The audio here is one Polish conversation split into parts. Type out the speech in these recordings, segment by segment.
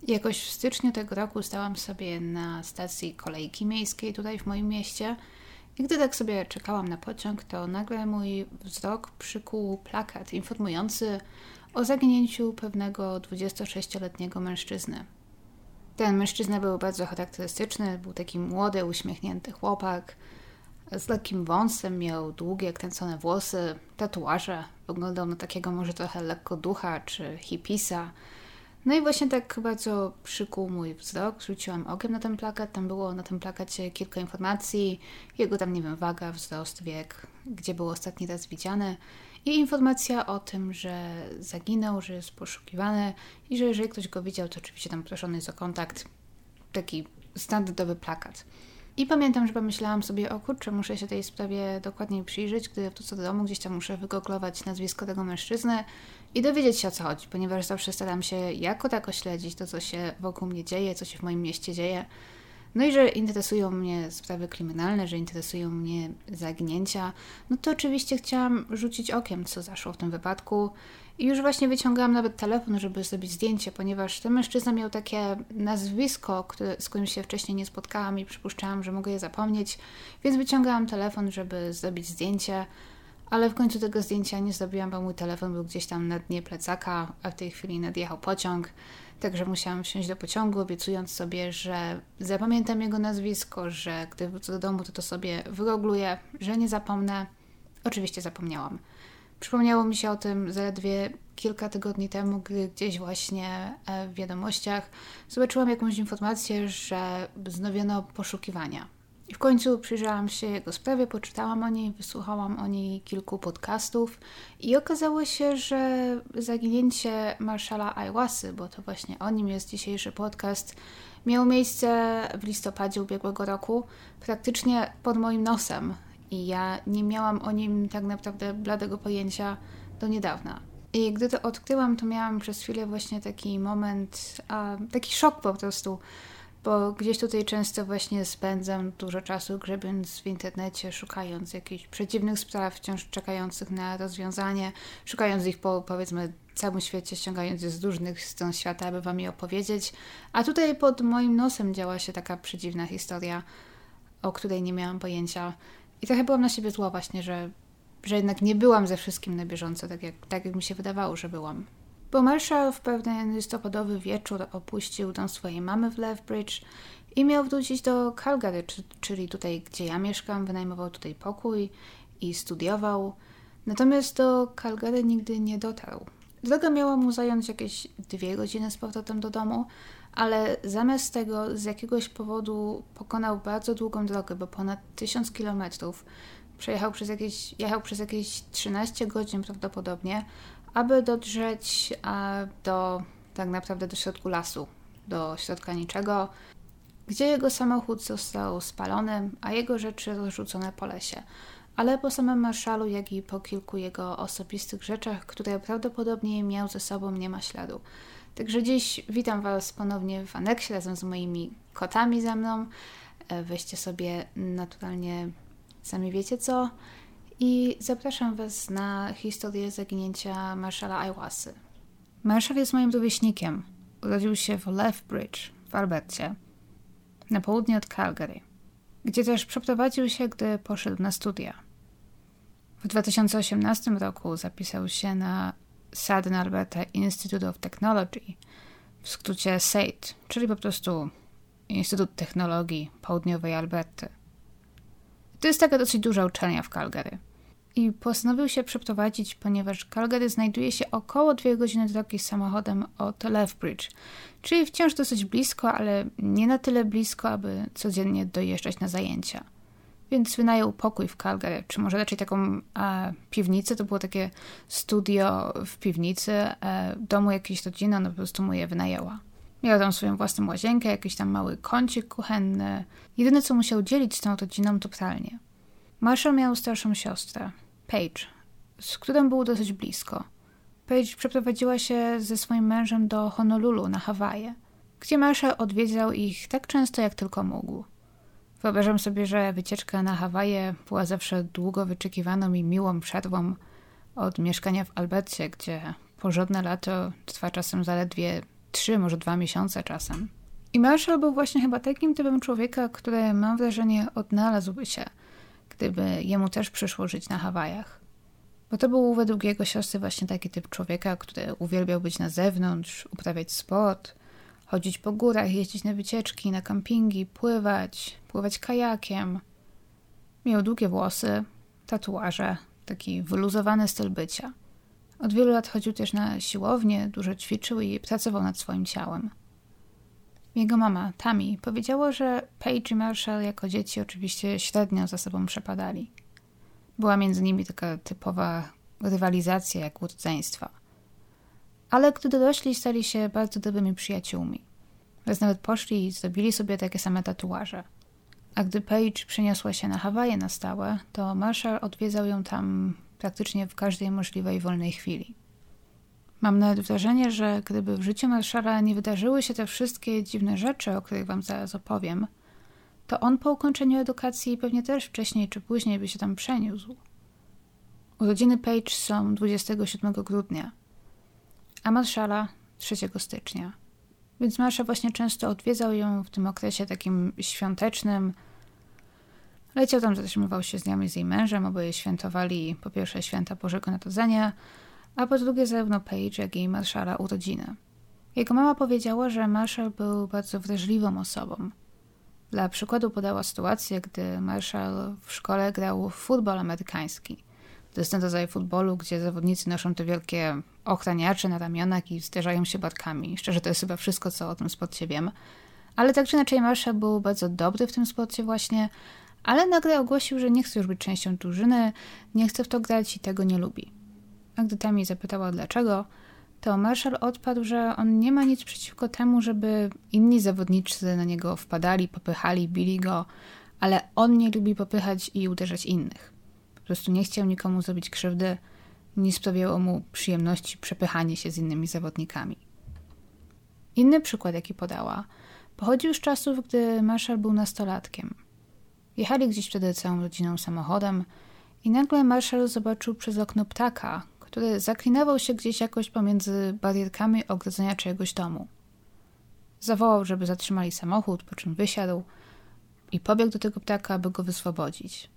Jakoś w styczniu tego roku stałam sobie na stacji kolejki miejskiej tutaj w moim mieście i gdy tak sobie czekałam na pociąg, to nagle mój wzrok przykuł plakat informujący o zaginięciu pewnego 26-letniego mężczyzny. Ten mężczyzna był bardzo charakterystyczny, był taki młody, uśmiechnięty chłopak z lekkim wąsem, miał długie, kręcone włosy, tatuaże, wyglądał na takiego może trochę lekko ducha czy hipisa. No i właśnie tak bardzo przykuł mój wzrok, rzuciłam okiem na ten plakat, tam było na tym plakacie kilka informacji, jego tam, nie wiem, waga, wzrost, wiek, gdzie był ostatni raz widziany i informacja o tym, że zaginął, że jest poszukiwany i że jeżeli ktoś go widział, to oczywiście tam proszony jest o kontakt, taki standardowy plakat. I pamiętam, że pomyślałam sobie, o kurczę, muszę się tej sprawie dokładniej przyjrzeć, gdy wrócę do domu, gdzieś tam muszę wygooglować nazwisko tego mężczyzny i dowiedzieć się, o co chodzi, ponieważ zawsze staram się jako tako śledzić to, co się wokół mnie dzieje, co się w moim mieście dzieje. No i że interesują mnie sprawy kryminalne, że interesują mnie zaginięcia, no to oczywiście chciałam rzucić okiem, co zaszło w tym wypadku. I już właśnie wyciągałam nawet telefon, żeby zrobić zdjęcie, ponieważ ten mężczyzna miał takie nazwisko, z którym się wcześniej nie spotkałam i przypuszczałam, że mogę je zapomnieć, więc wyciągałam telefon, żeby zrobić zdjęcie, ale w końcu tego zdjęcia nie zrobiłam, bo mój telefon był gdzieś tam na dnie plecaka, a w tej chwili nadjechał pociąg, także musiałam wsiąść do pociągu, obiecując sobie, że zapamiętam jego nazwisko, że gdy wrócę do domu, to sobie wygoogluję, że nie zapomnę. Oczywiście zapomniałam. Przypomniało mi się o tym zaledwie kilka tygodni temu, gdy gdzieś właśnie w wiadomościach zobaczyłam jakąś informację, że wznowiono poszukiwania. I w końcu przyjrzałam się jego sprawie, poczytałam o niej, wysłuchałam o niej kilku podcastów i okazało się, że zaginięcie marszala Aiwasy, bo to właśnie o nim jest dzisiejszy podcast, miało miejsce w listopadzie ubiegłego roku, praktycznie pod moim nosem. I ja nie miałam o nim tak naprawdę bladego pojęcia do niedawna. I gdy to odkryłam, to miałam przez chwilę właśnie taki moment, taki szok po prostu, bo gdzieś tutaj często właśnie spędzam dużo czasu grzebiąc w internecie, szukając jakichś przedziwnych spraw, wciąż czekających na rozwiązanie, szukając ich po, powiedzmy, całym świecie, ściągając je z różnych stron świata, aby wam je opowiedzieć. A tutaj pod moim nosem działa się taka przedziwna historia, o której nie miałam pojęcia. I trochę byłam na siebie zła właśnie, że jednak nie byłam ze wszystkim na bieżąco, tak jak mi się wydawało, że byłam. Bo Marshall w pewien listopadowy wieczór opuścił dom swojej mamy w Lethbridge i miał wrócić do Calgary, czyli tutaj, gdzie ja mieszkam, wynajmował tutaj pokój i studiował. Natomiast do Calgary nigdy nie dotarł. Droga miała mu zająć jakieś 2 godziny z powrotem do domu, ale zamiast tego z jakiegoś powodu pokonał bardzo długą drogę, bo ponad 1000 kilometrów. Jechał przez jakieś 13 godzin prawdopodobnie, aby dotrzeć tak naprawdę do środku lasu, do środka niczego, gdzie jego samochód został spalony, a jego rzeczy rozrzucone po lesie. Ale po samym marszalu, jak i po kilku jego osobistych rzeczach, które prawdopodobnie miał ze sobą, nie ma śladu. Także dziś witam Was ponownie w aneksie razem z moimi kotami za mną. Weźcie sobie naturalnie, sami wiecie co. I zapraszam Was na historię zaginięcia marszala Aiwasy. Marszal jest moim rówieśnikiem. Urodził się w Lethbridge w Albercie, na południe od Calgary, gdzie też przeprowadził się, gdy poszedł na studia. W 2018 roku zapisał się na Southern Alberta Institute of Technology, w skrócie SAIT, czyli po prostu Instytut Technologii Południowej Alberty. To jest taka dosyć duża uczelnia w Calgary. I postanowił się przeprowadzić, ponieważ Calgary znajduje się około 2 godziny drogi samochodem od Lethbridge, czyli wciąż dosyć blisko, ale nie na tyle blisko, aby codziennie dojeżdżać na zajęcia. Więc wynajął pokój w Calgary, czy może raczej taką piwnicę, to było takie studio w piwnicy, domu jakiejś rodziny, ona po prostu mu je wynajęła. Miał tam swoją własną łazienkę, jakiś tam mały kącik kuchenny. Jedyne, co musiał dzielić z tą rodziną, to pralnię. Marshall miał starszą siostrę, Paige, z którą był dosyć blisko. Paige przeprowadziła się ze swoim mężem do Honolulu na Hawaje, gdzie Marshall odwiedzał ich tak często, jak tylko mógł. Wyobrażam sobie, że wycieczka na Hawaje była zawsze długo wyczekiwaną i miłą przerwą od mieszkania w Albercie, gdzie porządne lato trwa czasem zaledwie 3, może 2 miesiące czasem. I Marshall był właśnie chyba takim typem człowieka, który, mam wrażenie, odnalazłby się, gdyby jemu też przyszło żyć na Hawajach. Bo to był według jego siostry właśnie taki typ człowieka, który uwielbiał być na zewnątrz, uprawiać sport, chodzić po górach, jeździć na wycieczki, na kampingi, pływać kajakiem. Miał długie włosy, tatuaże, taki wyluzowany styl bycia. Od wielu lat chodził też na siłownię, dużo ćwiczył i pracował nad swoim ciałem. Jego mama, Tammy, powiedziała, że Paige i Marshall jako dzieci oczywiście średnio za sobą przepadali. Była między nimi taka typowa rywalizacja jak u rodzeństwa. Ale gdy dorośli, stali się bardzo dobrymi przyjaciółmi. Raz nawet poszli i zrobili sobie takie same tatuaże. A gdy Paige przeniosła się na Hawaje na stałe, to Marshall odwiedzał ją tam praktycznie w każdej możliwej wolnej chwili. Mam nawet wrażenie, że gdyby w życiu Marshalla nie wydarzyły się te wszystkie dziwne rzeczy, o których wam zaraz opowiem, to on po ukończeniu edukacji pewnie też wcześniej czy później by się tam przeniósł. Urodziny Paige są 27 grudnia, a Marshalla 3 stycznia. Więc Marshall właśnie często odwiedzał ją w tym okresie takim świątecznym. Leciał tam, zatrzymywał się z nią i z jej mężem, oboje świętowali po pierwsze święta Bożego Narodzenia, a po drugie zarówno Paige, jak i Marshalla urodziny. Jego mama powiedziała, że Marshall był bardzo wrażliwą osobą. Dla przykładu podała sytuację, gdy Marshall w szkole grał w futbol amerykański. To jest ten rodzaj futbolu, gdzie zawodnicy noszą te wielkie ochraniacze na ramionach i zderzają się barkami. Szczerze, to jest chyba wszystko, co o tym sporcie wiem. Ale tak czy inaczej Marshall był bardzo dobry w tym sporcie właśnie, ale nagle ogłosił, że nie chce już być częścią drużyny, nie chce w to grać i tego nie lubi. A gdy Tammy zapytała dlaczego, to Marshall odparł, że on nie ma nic przeciwko temu, żeby inni zawodnicy na niego wpadali, popychali, bili go, ale on nie lubi popychać i uderzać innych. Po prostu nie chciał nikomu zrobić krzywdy, nie sprawiało mu przyjemności przepychanie się z innymi zawodnikami. Inny przykład, jaki podała, pochodził z czasów, gdy Marshall był nastolatkiem. Jechali gdzieś wtedy całą rodziną samochodem i nagle Marshall zobaczył przez okno ptaka, który zaklinował się gdzieś jakoś pomiędzy barierkami ogrodzenia czyjegoś domu. Zawołał, żeby zatrzymali samochód, po czym wysiadł i pobiegł do tego ptaka, aby go wyswobodzić.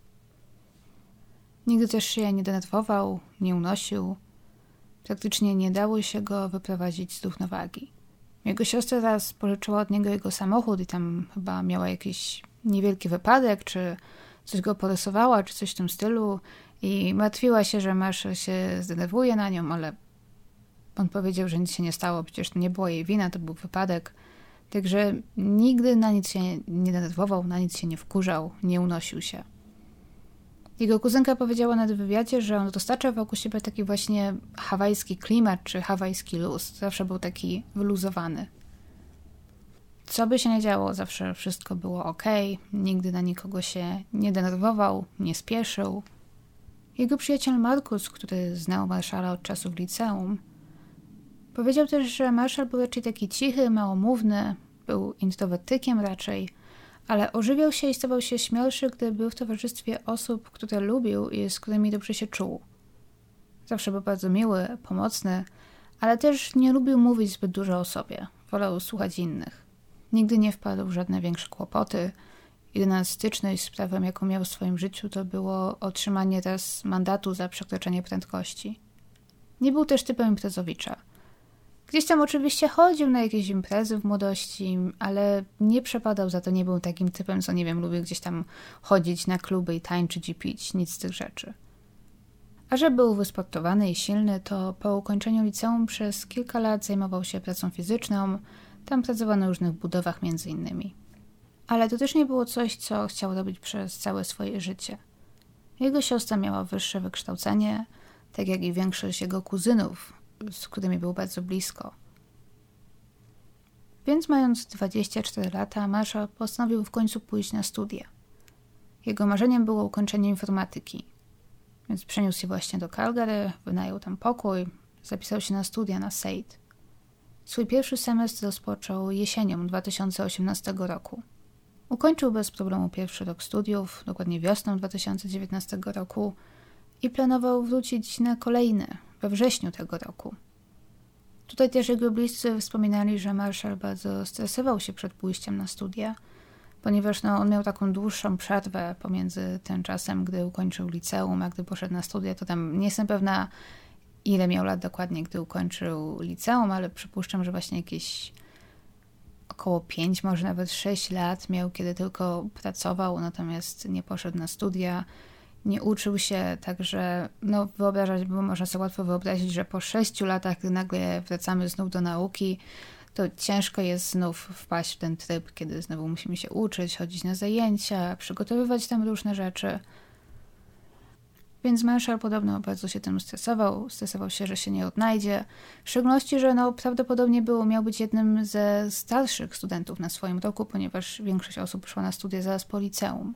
Nigdy też się nie denerwował, nie unosił. Praktycznie nie dało się go wyprowadzić z równowagi. Jego siostra raz pożyczyła od niego jego samochód i tam chyba miała jakiś niewielki wypadek, czy coś go porysowała, czy coś w tym stylu i martwiła się, że Marshall się zdenerwuje na nią, ale on powiedział, że nic się nie stało, przecież to nie była jej wina, to był wypadek. Także nigdy na nic się nie denerwował, na nic się nie wkurzał, nie unosił się. Jego kuzynka powiedziała na wywiadzie, że on dostarcza wokół siebie taki właśnie hawajski klimat, czy hawajski luz. Zawsze był taki wyluzowany. Co by się nie działo, zawsze wszystko było okej, nigdy na nikogo się nie denerwował, nie spieszył. Jego przyjaciel Markus, który znał Marshalla od czasów liceum, powiedział też, że Marshall był raczej taki cichy, małomówny, był introwertykiem raczej, ale ożywiał się i stawał się śmielszy, gdy był w towarzystwie osób, które lubił i z którymi dobrze się czuł. Zawsze był bardzo miły, pomocny, ale też nie lubił mówić zbyt dużo o sobie. Wolał słuchać innych. Nigdy nie wpadł w żadne większe kłopoty. Jedyna styczność z prawem, jaką miał w swoim życiu, to było otrzymanie raz mandatu za przekroczenie prędkości. Nie był też typem imprezowicza. Gdzieś tam oczywiście chodził na jakieś imprezy w młodości, ale nie przepadał za to, nie był takim typem, co nie wiem, lubił gdzieś tam chodzić na kluby i tańczyć i pić, nic z tych rzeczy. A że był wysportowany i silny, to po ukończeniu liceum przez kilka lat zajmował się pracą fizyczną, tam pracował na różnych budowach między innymi. Ale to też nie było coś, co chciał robić przez całe swoje życie. Jego siostra miała wyższe wykształcenie, tak jak i większość jego kuzynów, z którymi był bardzo blisko. Więc mając 24 lata, Marshall postanowił w końcu pójść na studia. Jego marzeniem było ukończenie informatyki, więc przeniósł się właśnie do Calgary, wynajął tam pokój, zapisał się na studia na SAIT. Swój pierwszy semestr rozpoczął jesienią 2018 roku. Ukończył bez problemu pierwszy rok studiów, dokładnie wiosną 2019 roku i planował wrócić na kolejny we wrześniu tego roku. Tutaj też jego bliscy wspominali, że Marshall bardzo stresował się przed pójściem na studia, ponieważ on miał taką dłuższą przerwę pomiędzy tym czasem, gdy ukończył liceum, a gdy poszedł na studia, to tam nie jestem pewna, ile miał lat dokładnie, gdy ukończył liceum, ale przypuszczam, że właśnie jakieś około 5, może nawet 6 lat miał, kiedy tylko pracował, natomiast nie poszedł na studia, nie uczył się, także wyobrażać, bo można sobie łatwo wyobrazić, że po 6 latach, gdy nagle wracamy znów do nauki, to ciężko jest znów wpaść w ten tryb, kiedy znowu musimy się uczyć, chodzić na zajęcia, przygotowywać tam różne rzeczy. Więc Marshall podobno bardzo się tym stresował się, że się nie odnajdzie. W szczególności, że prawdopodobnie miał być jednym ze starszych studentów na swoim roku, ponieważ większość osób szła na studia zaraz po liceum.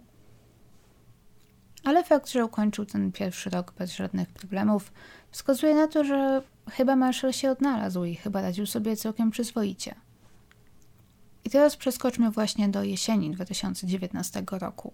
Ale fakt, że ukończył ten pierwszy rok bez żadnych problemów, wskazuje na to, że chyba Marshall się odnalazł i chyba radził sobie całkiem przyzwoicie. I teraz przeskoczmy właśnie do jesieni 2019 roku.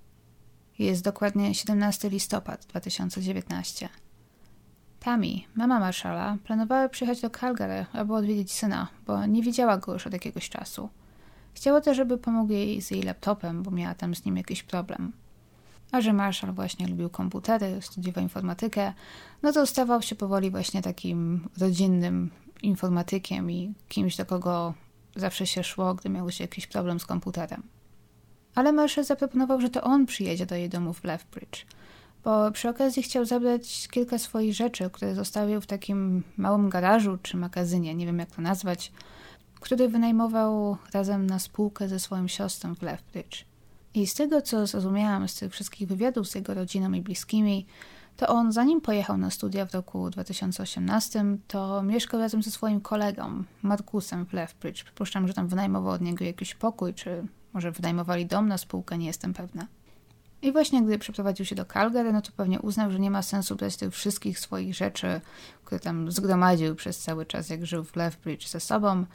Jest dokładnie 17 listopad 2019. Tammy, mama Marshalla, planowała przyjechać do Calgary, aby odwiedzić syna, bo nie widziała go już od jakiegoś czasu. Chciała też, żeby pomógł jej z jej laptopem, bo miała tam z nim jakiś problem. A że Marshall właśnie lubił komputery, studiował informatykę, to stawał się powoli właśnie takim rodzinnym informatykiem i kimś, do kogo zawsze się szło, gdy miał się jakiś problem z komputerem. Ale Marshall zaproponował, że to on przyjedzie do jej domu w Lethbridge, bo przy okazji chciał zabrać kilka swoich rzeczy, które zostawił w takim małym garażu czy magazynie, nie wiem jak to nazwać, który wynajmował razem na spółkę ze swoją siostrą w Lethbridge. I z tego, co zrozumiałam z tych wszystkich wywiadów z jego rodziną i bliskimi, to on, zanim pojechał na studia w roku 2018, to mieszkał razem ze swoim kolegą, Markusem w Lethbridge. Przypuszczam, że tam wynajmował od niego jakiś pokój, czy może wynajmowali dom na spółkę, nie jestem pewna. I właśnie gdy przeprowadził się do Calgary, to pewnie uznał, że nie ma sensu brać tych wszystkich swoich rzeczy, które tam zgromadził przez cały czas, jak żył w Lethbridge, ze sobą.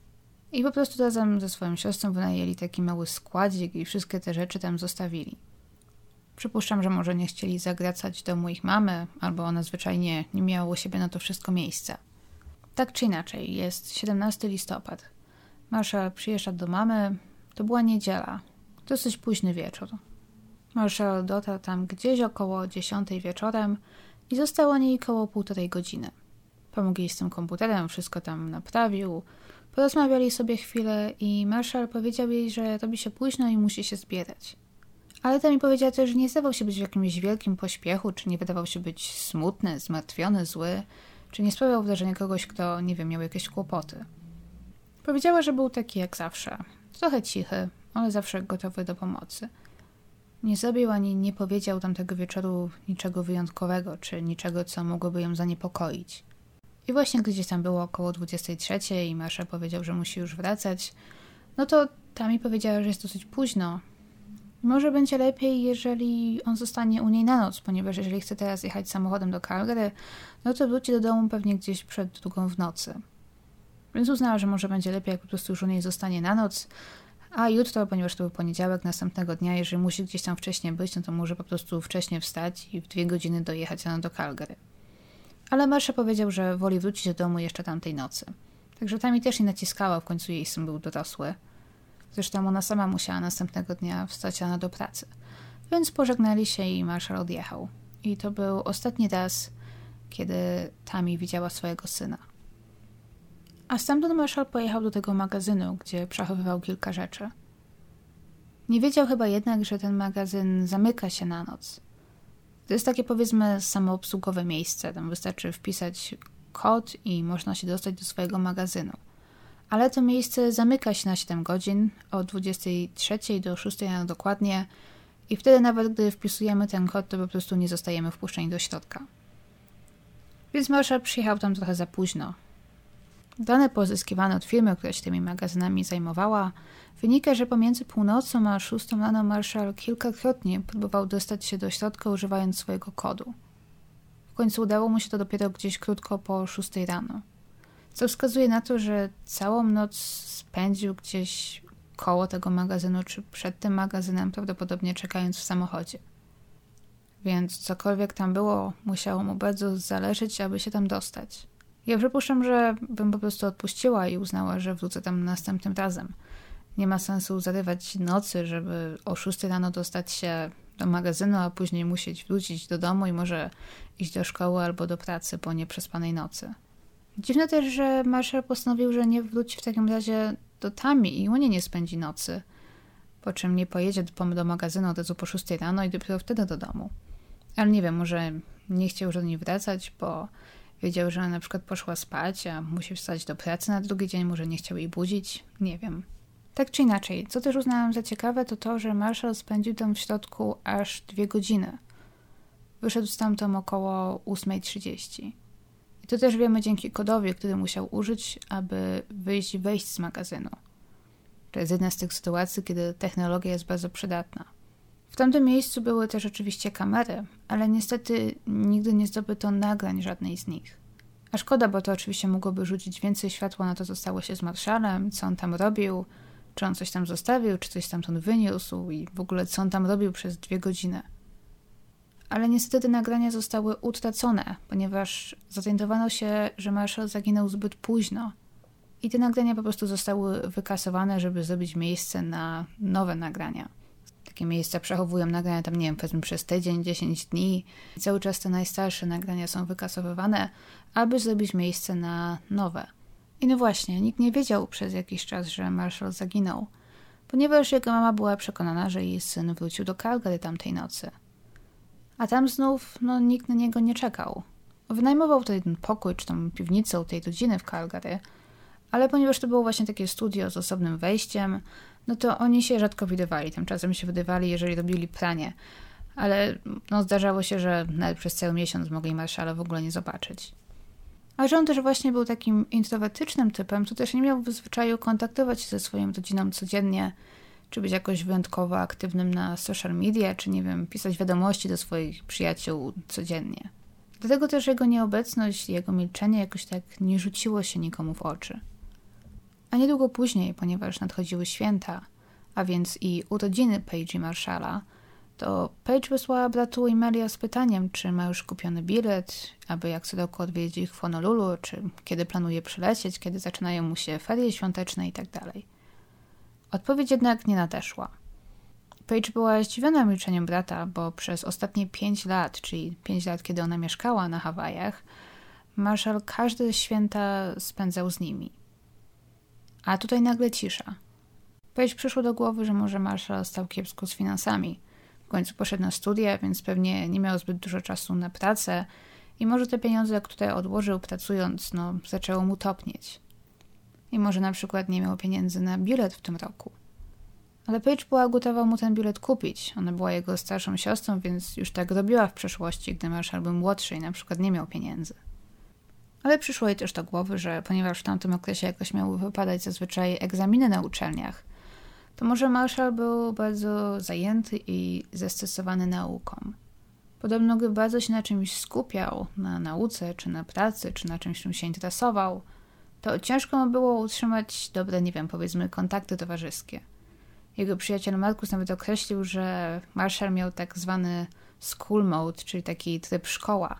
I po prostu razem ze swoją siostrą wynajęli taki mały składzik i wszystkie te rzeczy tam zostawili. Przypuszczam, że może nie chcieli zagracać domu ich mamy, albo ona zwyczajnie nie miała u siebie na to wszystko miejsca. Tak czy inaczej, jest 17 listopad. Marshall przyjeżdża do mamy, to była niedziela, dosyć późny wieczór. Marshall dotarł tam gdzieś około 10 wieczorem i zostało o niej około 1,5 godziny. Pomógł jej z tym komputerem, wszystko tam naprawił. Porozmawiali sobie chwilę i Marshall powiedział jej, że robi się późno i musi się zbierać. Ale ta mi powiedziała też, że nie zdawał się być w jakimś wielkim pośpiechu, czy nie wydawał się być smutny, zmartwiony, zły, czy nie sprawiał wrażenia kogoś, kto, miał jakieś kłopoty. Powiedziała, że był taki jak zawsze. Trochę cichy, ale zawsze gotowy do pomocy. Nie zrobił ani nie powiedział tamtego wieczoru niczego wyjątkowego, czy niczego, co mogłoby ją zaniepokoić. I właśnie gdzieś tam było około 23 i Marshall powiedział, że musi już wracać, to Tammy powiedziała, że jest dosyć późno. Może będzie lepiej, jeżeli on zostanie u niej na noc, ponieważ jeżeli chce teraz jechać samochodem do Calgary, to wróci do domu pewnie gdzieś przed 2 w nocy. Więc uznała, że może będzie lepiej, jak po prostu już u niej zostanie na noc, a jutro, ponieważ to był poniedziałek następnego dnia, jeżeli musi gdzieś tam wcześniej być, to może po prostu wcześniej wstać i w 2 godziny dojechać do Calgary. Ale Marshall powiedział, że woli wrócić do domu jeszcze tamtej nocy. Także Tammy też nie naciskała, w końcu jej syn był dorosły. Zresztą ona sama musiała następnego dnia wstać rano do pracy. Więc pożegnali się i Marshall odjechał. I to był ostatni raz, kiedy Tammy widziała swojego syna. A stamtąd Marshall pojechał do tego magazynu, gdzie przechowywał kilka rzeczy. Nie wiedział chyba jednak, że ten magazyn zamyka się na noc. To jest takie, powiedzmy, samoobsługowe miejsce. Tam wystarczy wpisać kod i można się dostać do swojego magazynu. Ale to miejsce zamyka się na 7 godzin, od 23 do 6 rano dokładnie i wtedy nawet gdy wpisujemy ten kod, to po prostu nie zostajemy wpuszczeni do środka. Więc Marshall przyjechał tam trochę za późno. Dane pozyskiwane od firmy, która się tymi magazynami zajmowała, wynika, że pomiędzy północą a 6 rano Marshall kilkakrotnie próbował dostać się do środka używając swojego kodu. W końcu udało mu się to dopiero gdzieś krótko po 6 rano. Co wskazuje na to, że całą noc spędził gdzieś koło tego magazynu, czy przed tym magazynem, prawdopodobnie czekając w samochodzie. Więc cokolwiek tam było, musiało mu bardzo zależeć, aby się tam dostać. Ja przypuszczam, że bym po prostu odpuściła i uznała, że wrócę tam następnym razem. Nie ma sensu zarywać nocy, żeby o 6 rano dostać się do magazynu, a później musieć wrócić do domu i może iść do szkoły albo do pracy po nieprzespanej nocy. Dziwne też, że Marshall postanowił, że nie wróci w takim razie do Tami i u niej nie spędzi nocy, po czym nie pojedzie do magazynu od razu po 6 rano i dopiero wtedy do domu. Ale nie wiem, może nie chciał już do niej wracać, bo wiedział, że na przykład poszła spać, a musi wstać do pracy na drugi dzień, może nie chciał jej budzić, nie wiem. Tak czy inaczej, co też uznałam za ciekawe, to to, że Marshall spędził tam w środku aż 2 godziny. Wyszedł stamtąd około 8:30. I to też wiemy dzięki kodowi, który musiał użyć, aby wyjść i wejść z magazynu. To jest jedna z tych sytuacji, kiedy technologia jest bardzo przydatna. W tamtym miejscu były też oczywiście kamery, ale niestety nigdy nie zdobyto nagrań żadnej z nich. A szkoda, bo to oczywiście mogłoby rzucić więcej światła na to, co stało się z Marshallem, co on tam robił, czy on coś tam zostawił, czy coś stamtąd wyniósł i w ogóle co on tam robił przez 2 godziny. Ale niestety te nagrania zostały utracone, ponieważ zorientowano się, że Marshall zaginął zbyt późno i te nagrania po prostu zostały wykasowane, żeby zrobić miejsce na nowe nagrania. Takie miejsca przechowują nagrania tam, nie wiem, powiedzmy przez tydzień, 10 dni. I cały czas te najstarsze nagrania są wykasowywane, aby zrobić miejsce na nowe. I no właśnie, nikt nie wiedział przez jakiś czas, że Marshall zaginął, ponieważ jego mama była przekonana, że jej syn wrócił do Calgary tamtej nocy. A tam znów, nikt na niego nie czekał. Wynajmował wtedy ten pokój, czy tą piwnicę u tej rodziny w Calgary, ale ponieważ to było właśnie takie studio z osobnym wejściem, to oni się rzadko widywali. Tymczasem się widywali, jeżeli robili pranie. Ale zdarzało się, że nawet przez cały miesiąc mogli Marshalla w ogóle nie zobaczyć. A że on też właśnie był takim introwertycznym typem, to też nie miał w zwyczaju kontaktować się ze swoją rodziną codziennie, czy być jakoś wyjątkowo aktywnym na social media, czy nie wiem, pisać wiadomości do swoich przyjaciół codziennie. Dlatego też jego nieobecność i jego milczenie jakoś tak nie rzuciło się nikomu w oczy. A niedługo później, ponieważ nadchodziły święta, a więc i urodziny Paige i Marshalla, to Paige wysłała bratu e-maila z pytaniem, czy ma już kupiony bilet, aby jak co roku odwiedzić ich w Honolulu, czy kiedy planuje przylecieć, kiedy zaczynają mu się ferie świąteczne itd. Odpowiedź jednak nie nadeszła. Paige była zdziwiona milczeniem brata, bo przez ostatnie 5 lat, czyli 5 lat, kiedy ona mieszkała na Hawajach, Marshall każde święta spędzał z nimi. A tutaj nagle cisza. Paige przyszło do głowy, że może Marshall stał kiepsko z finansami. W końcu poszedł na studia, więc pewnie nie miał zbyt dużo czasu na pracę i może te pieniądze, które odłożył pracując, zaczęło mu topnieć. I może na przykład nie miał pieniędzy na bilet w tym roku. Ale Paige była gotowa mu ten bilet kupić. Ona była jego starszą siostrą, więc już tak robiła w przeszłości, gdy Marshall był młodszy i na przykład nie miał pieniędzy. Ale przyszło jej też do głowy, że ponieważ w tamtym okresie jakoś miały wypadać zazwyczaj egzaminy na uczelniach, to może Marshall był bardzo zajęty i zestresowany nauką. Podobno gdy bardzo się na czymś skupiał, na nauce, czy na pracy, czy na czymś, czym się interesował, to ciężko mu było utrzymać dobre, powiedzmy, kontakty towarzyskie. Jego przyjaciel Markus nawet określił, że Marshall miał tak zwany school mode, czyli taki tryb szkoła.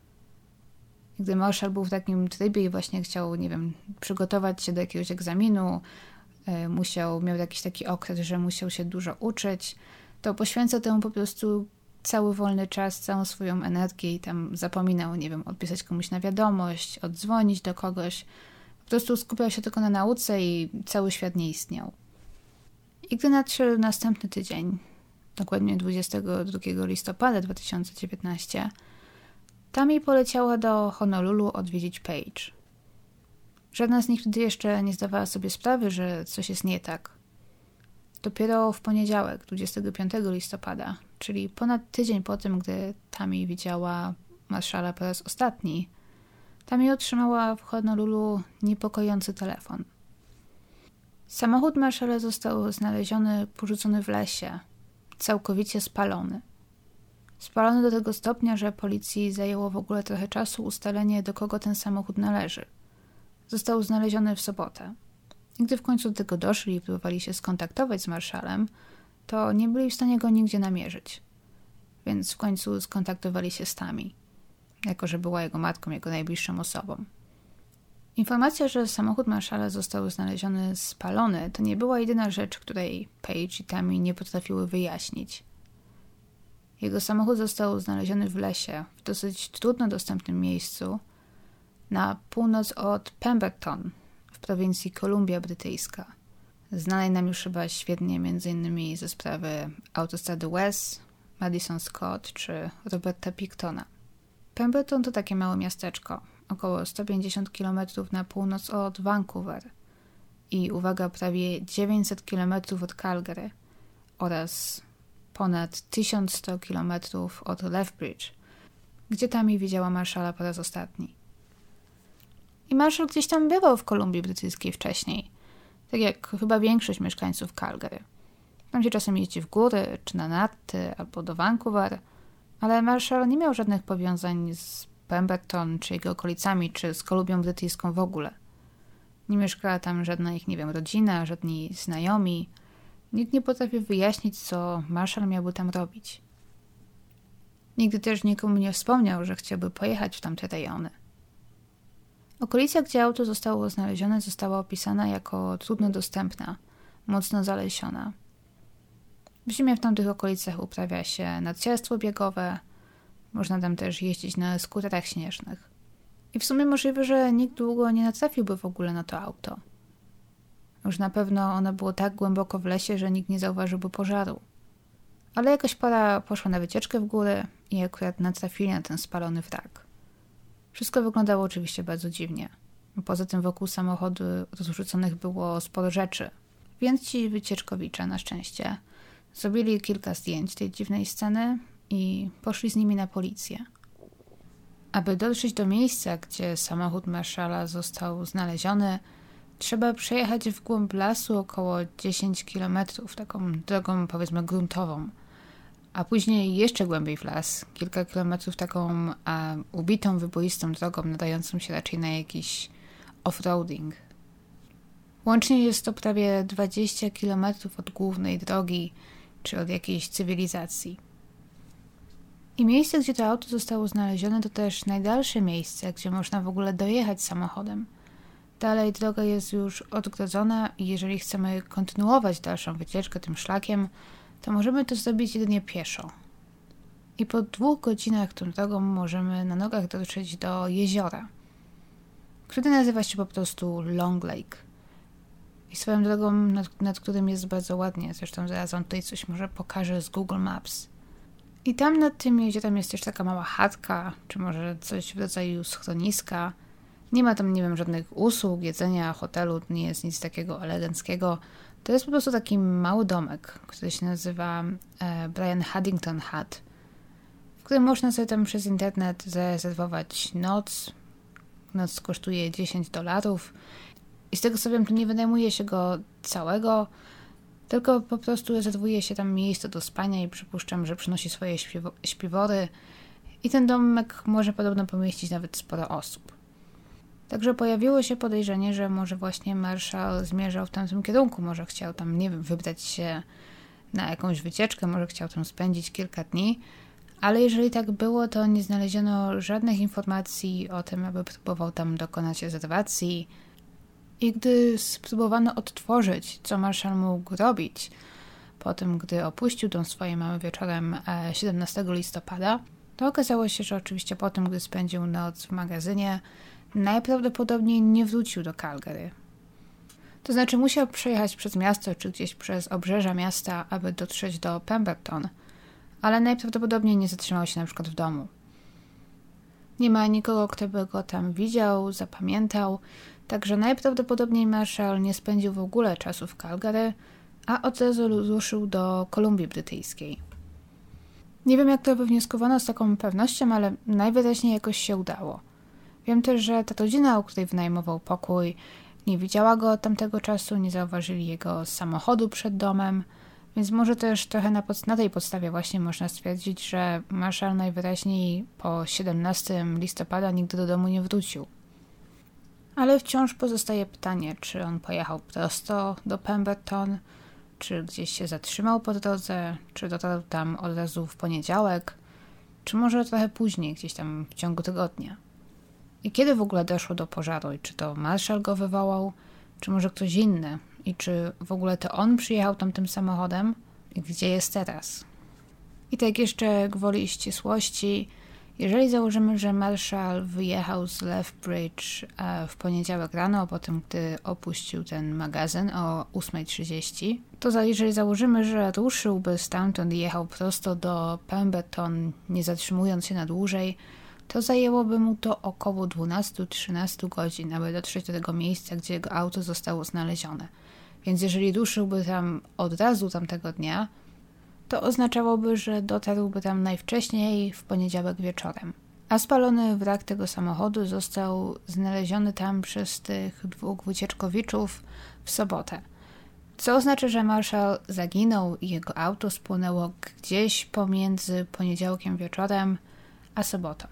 Gdy Marshall był w takim trybie i właśnie chciał, przygotować się do jakiegoś egzaminu, miał jakiś taki okres, że musiał się dużo uczyć, to poświęcał temu po prostu cały wolny czas, całą swoją energię i tam zapominał, odpisać komuś na wiadomość, oddzwonić do kogoś. Po prostu skupiał się tylko na nauce i cały świat nie istniał. I gdy nadszedł następny tydzień, dokładnie 22 listopada 2019, Tammy poleciała do Honolulu odwiedzić Paige. Żadna z nich wtedy jeszcze nie zdawała sobie sprawy, że coś jest nie tak. Dopiero w poniedziałek, 25 listopada, czyli ponad tydzień po tym, gdy Tammy widziała Marshalla po raz ostatni, Tammy otrzymała w Honolulu niepokojący telefon. Samochód Marshalla został znaleziony porzucony w lesie, całkowicie spalony. Spalony do tego stopnia, że policji zajęło w ogóle trochę czasu ustalenie, do kogo ten samochód należy. Został znaleziony w sobotę. I gdy w końcu do tego doszli i próbowali się skontaktować z Marshallem, to nie byli w stanie go nigdzie namierzyć. Więc w końcu skontaktowali się z Tammy, jako że była jego matką, jego najbliższą osobą. Informacja, że samochód marszala został znaleziony spalony, to nie była jedyna rzecz, której Page i Tammy nie potrafiły wyjaśnić. Jego samochód został znaleziony w lesie, w dosyć trudno dostępnym miejscu, na północ od Pemberton, w prowincji Kolumbia Brytyjska. Znanej nam już chyba świetnie m.in. ze sprawy autostrady West, Madison Scott czy Roberta Pictona. Pemberton to takie małe miasteczko, około 150 km na północ od Vancouver i uwaga, prawie 900 km od Calgary oraz ponad 1100 km od Lethbridge, gdzie Tammy widziała marszala po raz ostatni. I marszal gdzieś tam bywał w Kolumbii Brytyjskiej wcześniej, tak jak chyba większość mieszkańców Calgary. Tam się czasem jeździ w góry, czy na narty, albo do Vancouver, ale marszal nie miał żadnych powiązań z Pemberton, czy jego okolicami, czy z Kolumbią Brytyjską w ogóle. Nie mieszkała tam żadna ich, rodzina, żadni znajomi. Nikt nie potrafił wyjaśnić, co marszal miałby tam robić. Nigdy też nikomu nie wspomniał, że chciałby pojechać w tamte rejony. Okolica, gdzie auto zostało znalezione, została opisana jako trudno dostępna, mocno zalesiona. W zimie w tamtych okolicach uprawia się narciarstwo biegowe, można tam też jeździć na skuterach śnieżnych. I w sumie możliwe, że nikt długo nie natrafiłby w ogóle na to auto. Już na pewno ono było tak głęboko w lesie, że nikt nie zauważyłby pożaru. Ale jakaś para poszła na wycieczkę w góry i akurat natrafili na ten spalony wrak. Wszystko wyglądało oczywiście bardzo dziwnie. Poza tym wokół samochodu rozrzuconych było sporo rzeczy. Więc ci wycieczkowicze na szczęście zrobili kilka zdjęć tej dziwnej sceny i poszli z nimi na policję. Aby dotrzeć do miejsca, gdzie samochód marszala został znaleziony, trzeba przejechać w głąb lasu około 10 km, taką drogą powiedzmy gruntową, a później jeszcze głębiej w las, kilka kilometrów taką ubitą, wyboistą drogą, nadającą się raczej na jakiś off-roading. Łącznie jest to prawie 20 km od głównej drogi, czy od jakiejś cywilizacji. I miejsce, gdzie to auto zostało znalezione, to też najdalsze miejsce, gdzie można w ogóle dojechać samochodem. Dalej droga jest już odgrodzona i jeżeli chcemy kontynuować dalszą wycieczkę tym szlakiem, to możemy to zrobić jedynie pieszo. I po 2 godzinach tą drogą możemy na nogach dotrzeć do jeziora, które nazywa się po prostu Long Lake. I swoją drogą, nad którym jest bardzo ładnie, zresztą zaraz wam tutaj coś może pokażę z Google Maps. I tam nad tym jeziorem jest też taka mała chatka, czy może coś w rodzaju schroniska. Nie ma tam, żadnych usług, jedzenia, hotelu, nie jest nic takiego eleganckiego. To jest po prostu taki mały domek, który się nazywa Brian Haddington Hut, w którym można sobie tam przez internet zarezerwować noc. Noc kosztuje $10 i z tego co wiem, to nie wynajmuje się go całego, tylko po prostu rezerwuje się tam miejsce do spania i przypuszczam, że przynosi swoje śpiwory i ten domek może podobno pomieścić nawet sporo osób. Także pojawiło się podejrzenie, że może właśnie marszał zmierzał w tamtym kierunku, może chciał tam, wybrać się na jakąś wycieczkę, może chciał tam spędzić kilka dni, ale jeżeli tak było, to nie znaleziono żadnych informacji o tym, aby próbował tam dokonać rezerwacji. I gdy spróbowano odtworzyć, co marszał mógł robić po tym, gdy opuścił dom swojej mamy wieczorem 17 listopada, to okazało się, że oczywiście po tym, gdy spędził noc w magazynie, najprawdopodobniej nie wrócił do Calgary. To znaczy musiał przejechać przez miasto, czy gdzieś przez obrzeża miasta, aby dotrzeć do Pemberton, ale najprawdopodobniej nie zatrzymał się na przykład w domu. Nie ma nikogo, kto by go tam widział, zapamiętał, także najprawdopodobniej marszał nie spędził w ogóle czasu w Calgary, a od razu ruszył do Kolumbii Brytyjskiej. Nie wiem, jak to wywnioskowano z taką pewnością, ale najwyraźniej jakoś się udało. Wiem też, że ta rodzina, u której wynajmował pokój, nie widziała go od tamtego czasu, nie zauważyli jego samochodu przed domem, więc może też trochę na tej podstawie właśnie można stwierdzić, że marszał najwyraźniej po 17 listopada nigdy do domu nie wrócił. Ale wciąż pozostaje pytanie, czy on pojechał prosto do Pemberton, czy gdzieś się zatrzymał po drodze, czy dotarł tam od razu w poniedziałek, czy może trochę później, gdzieś tam w ciągu tygodnia. I kiedy w ogóle doszło do pożaru? I czy to marszał go wywołał, czy może ktoś inny? I czy w ogóle to on przyjechał tamtym samochodem? I gdzie jest teraz? I tak jeszcze gwoli ścisłości, jeżeli założymy, że marszał wyjechał z Lethbridge w poniedziałek rano, po tym, gdy opuścił ten magazyn o 8:30, to jeżeli założymy, że ruszyłby stamtąd i jechał prosto do Pemberton, nie zatrzymując się na dłużej, to zajęłoby mu to około 12-13 godzin, aby dotrzeć do tego miejsca, gdzie jego auto zostało znalezione. Więc jeżeli ruszyłby tam od razu tamtego dnia, to oznaczałoby, że dotarłby tam najwcześniej w poniedziałek wieczorem. A spalony wrak tego samochodu został znaleziony tam przez tych dwóch ucieczkowiczów w sobotę. Co oznacza, że marszał zaginął i jego auto spłonęło gdzieś pomiędzy poniedziałkiem wieczorem a sobotą.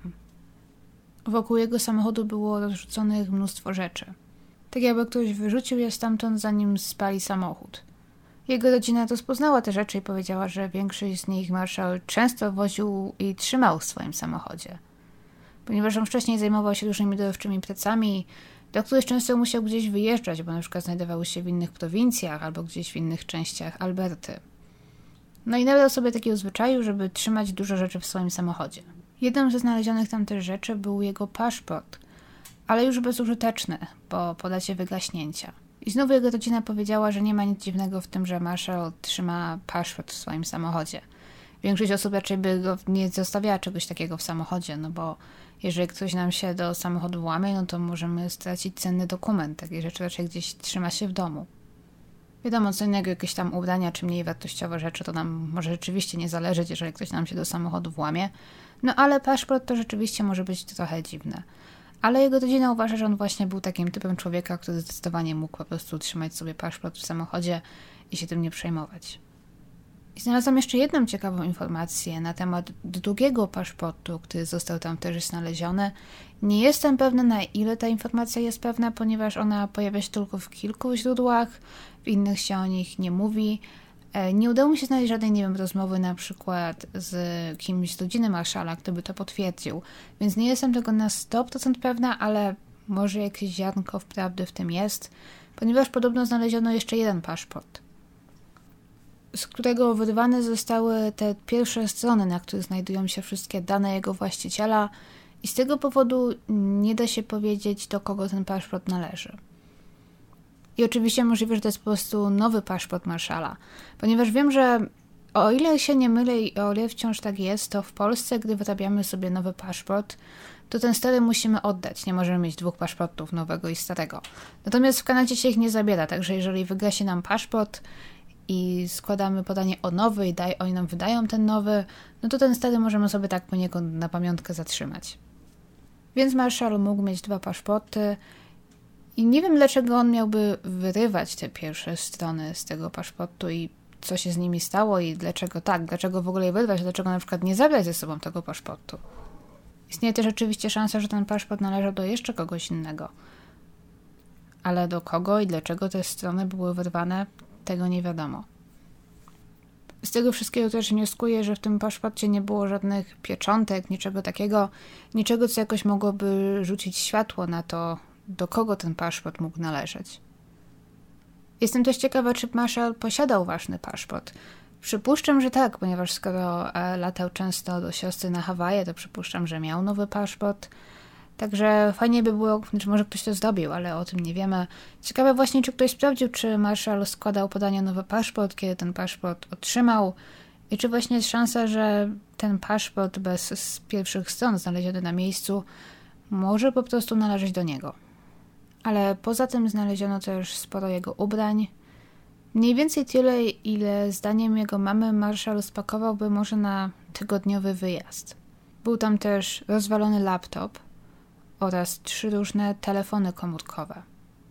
Wokół jego samochodu było rozrzuconych mnóstwo rzeczy. Tak jakby ktoś wyrzucił je stamtąd, zanim spali samochód. Jego rodzina rozpoznała te rzeczy i powiedziała, że większość z nich marszał często woził i trzymał w swoim samochodzie. Ponieważ on wcześniej zajmował się różnymi dorywczymi pracami, do których często musiał gdzieś wyjeżdżać, bo na przykład znajdowały się w innych prowincjach albo gdzieś w innych częściach Alberty. No i nabrał sobie takiego zwyczaju, żeby trzymać dużo rzeczy w swoim samochodzie. Jedną ze znalezionych tam też rzeczy był jego paszport, ale już bezużyteczny, po dacie wygaśnięcia. I znowu jego rodzina powiedziała, że nie ma nic dziwnego w tym, że marszał trzyma paszport w swoim samochodzie. Większość osób raczej by go nie zostawiała czegoś takiego w samochodzie, no bo jeżeli ktoś nam się do samochodu włamie, no to możemy stracić cenny dokument. Takie rzeczy raczej gdzieś trzyma się w domu. Wiadomo, co innego, jakieś tam ubrania czy mniej wartościowe rzeczy, to nam może rzeczywiście nie zależeć, jeżeli ktoś nam się do samochodu włamie. No ale paszport to rzeczywiście może być trochę dziwne. Ale jego rodzina uważa, że on właśnie był takim typem człowieka, który zdecydowanie mógł po prostu trzymać sobie paszport w samochodzie i się tym nie przejmować. I znalazłam jeszcze jedną ciekawą informację na temat drugiego paszportu, który został tam też znaleziony. Nie jestem pewna, na ile ta informacja jest pewna, ponieważ ona pojawia się tylko w kilku źródłach, w innych się o nich nie mówi. Nie udało mi się znaleźć żadnej, nie wiem, rozmowy na przykład z kimś z rodziny marszala, kto by to potwierdził. Więc nie jestem tego na 100% pewna, ale może jakieś ziarnko wprawdy w tym jest, ponieważ podobno znaleziono jeszcze jeden paszport, z którego wyrwane zostały te pierwsze strony, na których znajdują się wszystkie dane jego właściciela i z tego powodu nie da się powiedzieć, do kogo ten paszport należy. I oczywiście możliwe, że to jest po prostu nowy paszport marszala, ponieważ wiem, że o ile się nie mylę i o ile wciąż tak jest, to w Polsce, gdy wyrabiamy sobie nowy paszport, to ten stary musimy oddać. Nie możemy mieć dwóch paszportów, nowego i starego. Natomiast w Kanadzie się ich nie zabiera, także jeżeli wygasi nam paszport i składamy podanie o nowy i oni nam wydają ten nowy, no to ten stary możemy sobie tak poniekąd na pamiątkę zatrzymać. Więc marszał mógł mieć dwa paszporty i nie wiem, dlaczego on miałby wyrywać te pierwsze strony z tego paszportu i co się z nimi stało i dlaczego w ogóle je wyrwać, dlaczego na przykład nie zabrać ze sobą tego paszportu. Istnieje też oczywiście szansa, że ten paszport należał do jeszcze kogoś innego. Ale do kogo i dlaczego te strony były wyrwane, tego nie wiadomo. Z tego wszystkiego też wnioskuję, że w tym paszporcie nie było żadnych pieczątek, niczego takiego, niczego, co jakoś mogłoby rzucić światło na to, do kogo ten paszport mógł należeć. Jestem też ciekawa, czy marszał posiadał ważny paszport. Przypuszczam, że tak, ponieważ skoro latał często do siostry na Hawaje, to przypuszczam, że miał nowy paszport. Także fajnie by było, czy może ktoś to zdobił, ale o tym nie wiemy. Ciekawe właśnie, czy ktoś sprawdził, czy marszał składał podanie o nowy paszport, kiedy ten paszport otrzymał i czy właśnie jest szansa, że ten paszport bez pierwszych stron znaleziony na miejscu może po prostu należeć do niego. Ale poza tym znaleziono też sporo jego ubrań. Mniej więcej tyle, ile zdaniem jego mamy marszał spakowałby może na tygodniowy wyjazd. Był tam też rozwalony laptop oraz 3 różne telefony komórkowe.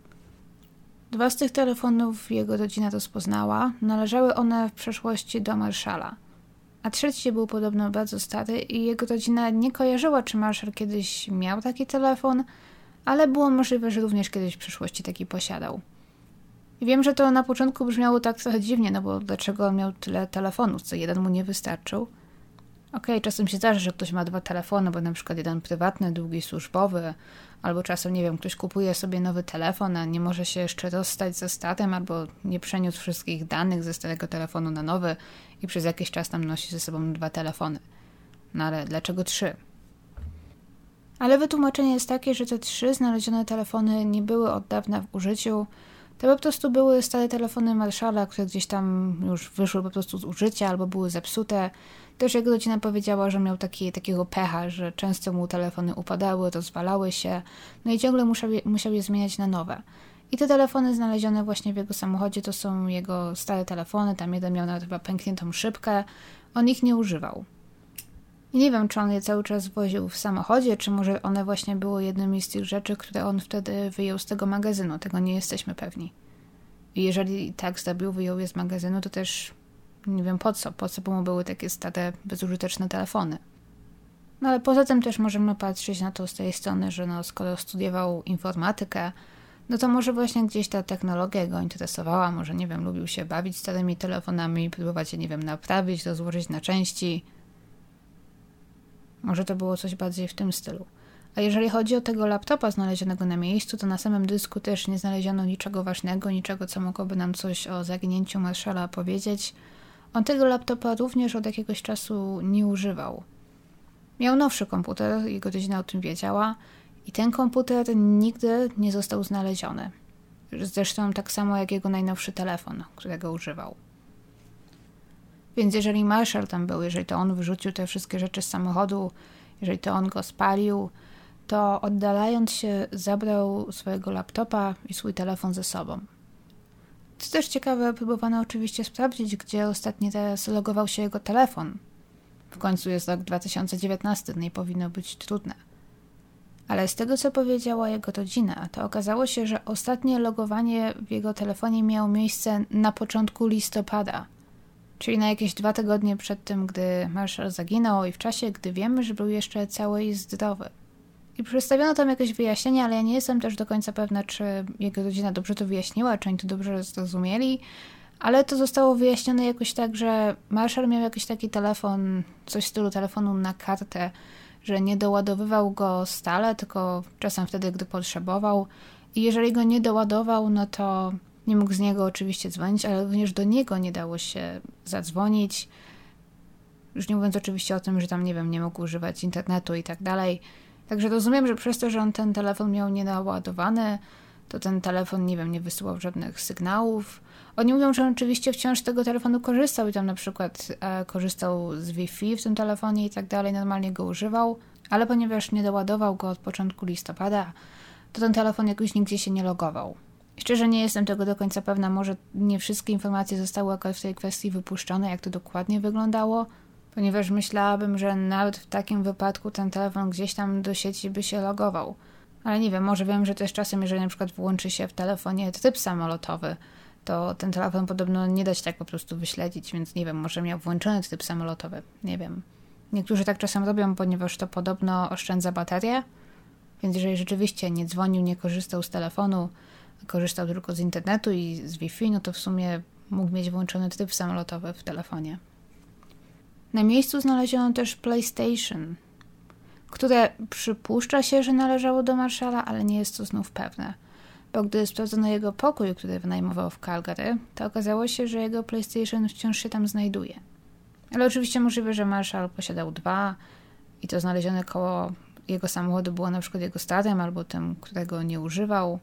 2 z tych telefonów jego rodzina rozpoznała, należały one w przeszłości do marszala. A trzeci był podobno bardzo stary i jego rodzina nie kojarzyła, czy marszał kiedyś miał taki telefon, ale było możliwe, że również kiedyś w przyszłości taki posiadał. I wiem, że to na początku brzmiało tak trochę dziwnie, no bo dlaczego on miał tyle telefonów, co jeden mu nie wystarczył. Okej, czasem się zdarza, że ktoś ma 2 telefony, bo na przykład jeden prywatny, drugi służbowy, albo czasem, nie wiem, ktoś kupuje sobie nowy telefon, a nie może się jeszcze rozstać ze starym, albo nie przeniósł wszystkich danych ze starego telefonu na nowy i przez jakiś czas tam nosi ze sobą 2 telefony. No ale dlaczego 3? Ale wytłumaczenie jest takie, że te 3 znalezione telefony nie były od dawna w użyciu. To po prostu były stare telefony Marszala, które gdzieś tam już wyszły po prostu z użycia albo były zepsute. Też jego rodzina powiedziała, że miał takiego pecha, że często mu telefony upadały, rozwalały się, no i ciągle musiał je zmieniać na nowe. I te telefony znalezione właśnie w jego samochodzie to są jego stare telefony, tam jeden miał nawet chyba pękniętą szybkę, on ich nie używał. I nie wiem, czy on je cały czas woził w samochodzie, czy może one właśnie były jednymi z tych rzeczy, które on wtedy wyjął z tego magazynu. Tego nie jesteśmy pewni. I jeżeli tak zrobił, wyjął je z magazynu, to też nie wiem po co by mu były takie stare, bezużyteczne telefony. No ale poza tym też możemy patrzeć na to z tej strony, że no skoro studiował informatykę, no to może właśnie gdzieś ta technologia go interesowała, może nie wiem, lubił się bawić starymi telefonami, próbować je, nie wiem, naprawić, rozłożyć na części. Może to było coś bardziej w tym stylu. A jeżeli chodzi o tego laptopa znalezionego na miejscu, to na samym dysku też nie znaleziono niczego ważnego, niczego, co mogłoby nam coś o zaginięciu Marszala powiedzieć. On tego laptopa również od jakiegoś czasu nie używał. Miał nowszy komputer, jego rodzina o tym wiedziała i ten komputer nigdy nie został znaleziony. Zresztą tak samo jak jego najnowszy telefon, którego używał. Więc jeżeli Marshall tam był, jeżeli to on wyrzucił te wszystkie rzeczy z samochodu, jeżeli to on go spalił, to oddalając się zabrał swojego laptopa i swój telefon ze sobą. Co też ciekawe, próbowano oczywiście sprawdzić, gdzie ostatnio teraz logował się jego telefon. W końcu jest rok 2019, nie powinno być trudne. Ale z tego, co powiedziała jego rodzina, to okazało się, że ostatnie logowanie w jego telefonie miało miejsce na początku listopada. Czyli na jakieś 2 tygodnie przed tym, gdy Marshall zaginął i w czasie, gdy wiemy, że był jeszcze cały i zdrowy. I przedstawiono tam jakieś wyjaśnienie, ale ja nie jestem też do końca pewna, czy jego rodzina dobrze to wyjaśniła, czy oni to dobrze zrozumieli, ale to zostało wyjaśnione jakoś tak, że Marshall miał jakiś taki telefon, coś w stylu telefonu na kartę, że nie doładowywał go stale, tylko czasem wtedy, gdy potrzebował i jeżeli go nie doładował, no to nie mógł z niego oczywiście dzwonić, ale również do niego nie dało się zadzwonić. Już nie mówiąc oczywiście o tym, że tam, nie wiem, nie mógł używać internetu i tak dalej. Także rozumiem, że przez to, że on ten telefon miał nienaładowany, to ten telefon, nie wiem, nie wysyłał żadnych sygnałów. Oni mówią, że on oczywiście wciąż z tego telefonu korzystał i tam na przykład korzystał z Wi-Fi w tym telefonie i tak dalej, normalnie go używał, ale ponieważ nie doładował go od początku listopada, to ten telefon jakoś nigdzie się nie logował. Szczerze nie jestem tego do końca pewna, może nie wszystkie informacje zostały akurat w tej kwestii wypuszczone, jak to dokładnie wyglądało, ponieważ myślałabym, że nawet w takim wypadku ten telefon gdzieś tam do sieci by się logował. Ale nie wiem, może wiem, że też czasem, jeżeli na przykład włączy się w telefonie tryb samolotowy, to ten telefon podobno nie da się tak po prostu wyśledzić, więc nie wiem, może miał włączony tryb samolotowy, nie wiem. Niektórzy tak czasem robią, ponieważ to podobno oszczędza baterię, więc jeżeli rzeczywiście nie dzwonił, nie korzystał z telefonu, korzystał tylko z internetu i z Wi-Fi, no to w sumie mógł mieć włączony tryb samolotowy w telefonie. Na miejscu znaleziono też PlayStation, które przypuszcza się, że należało do Marshalla, ale nie jest to znów pewne. Bo gdy sprawdzono jego pokój, który wynajmował w Calgary, to okazało się, że jego PlayStation wciąż się tam znajduje. Ale oczywiście możliwe, że Marshall posiadał 2 i to znalezione koło jego samochodu było na przykład jego starym albo tym, którego nie używał.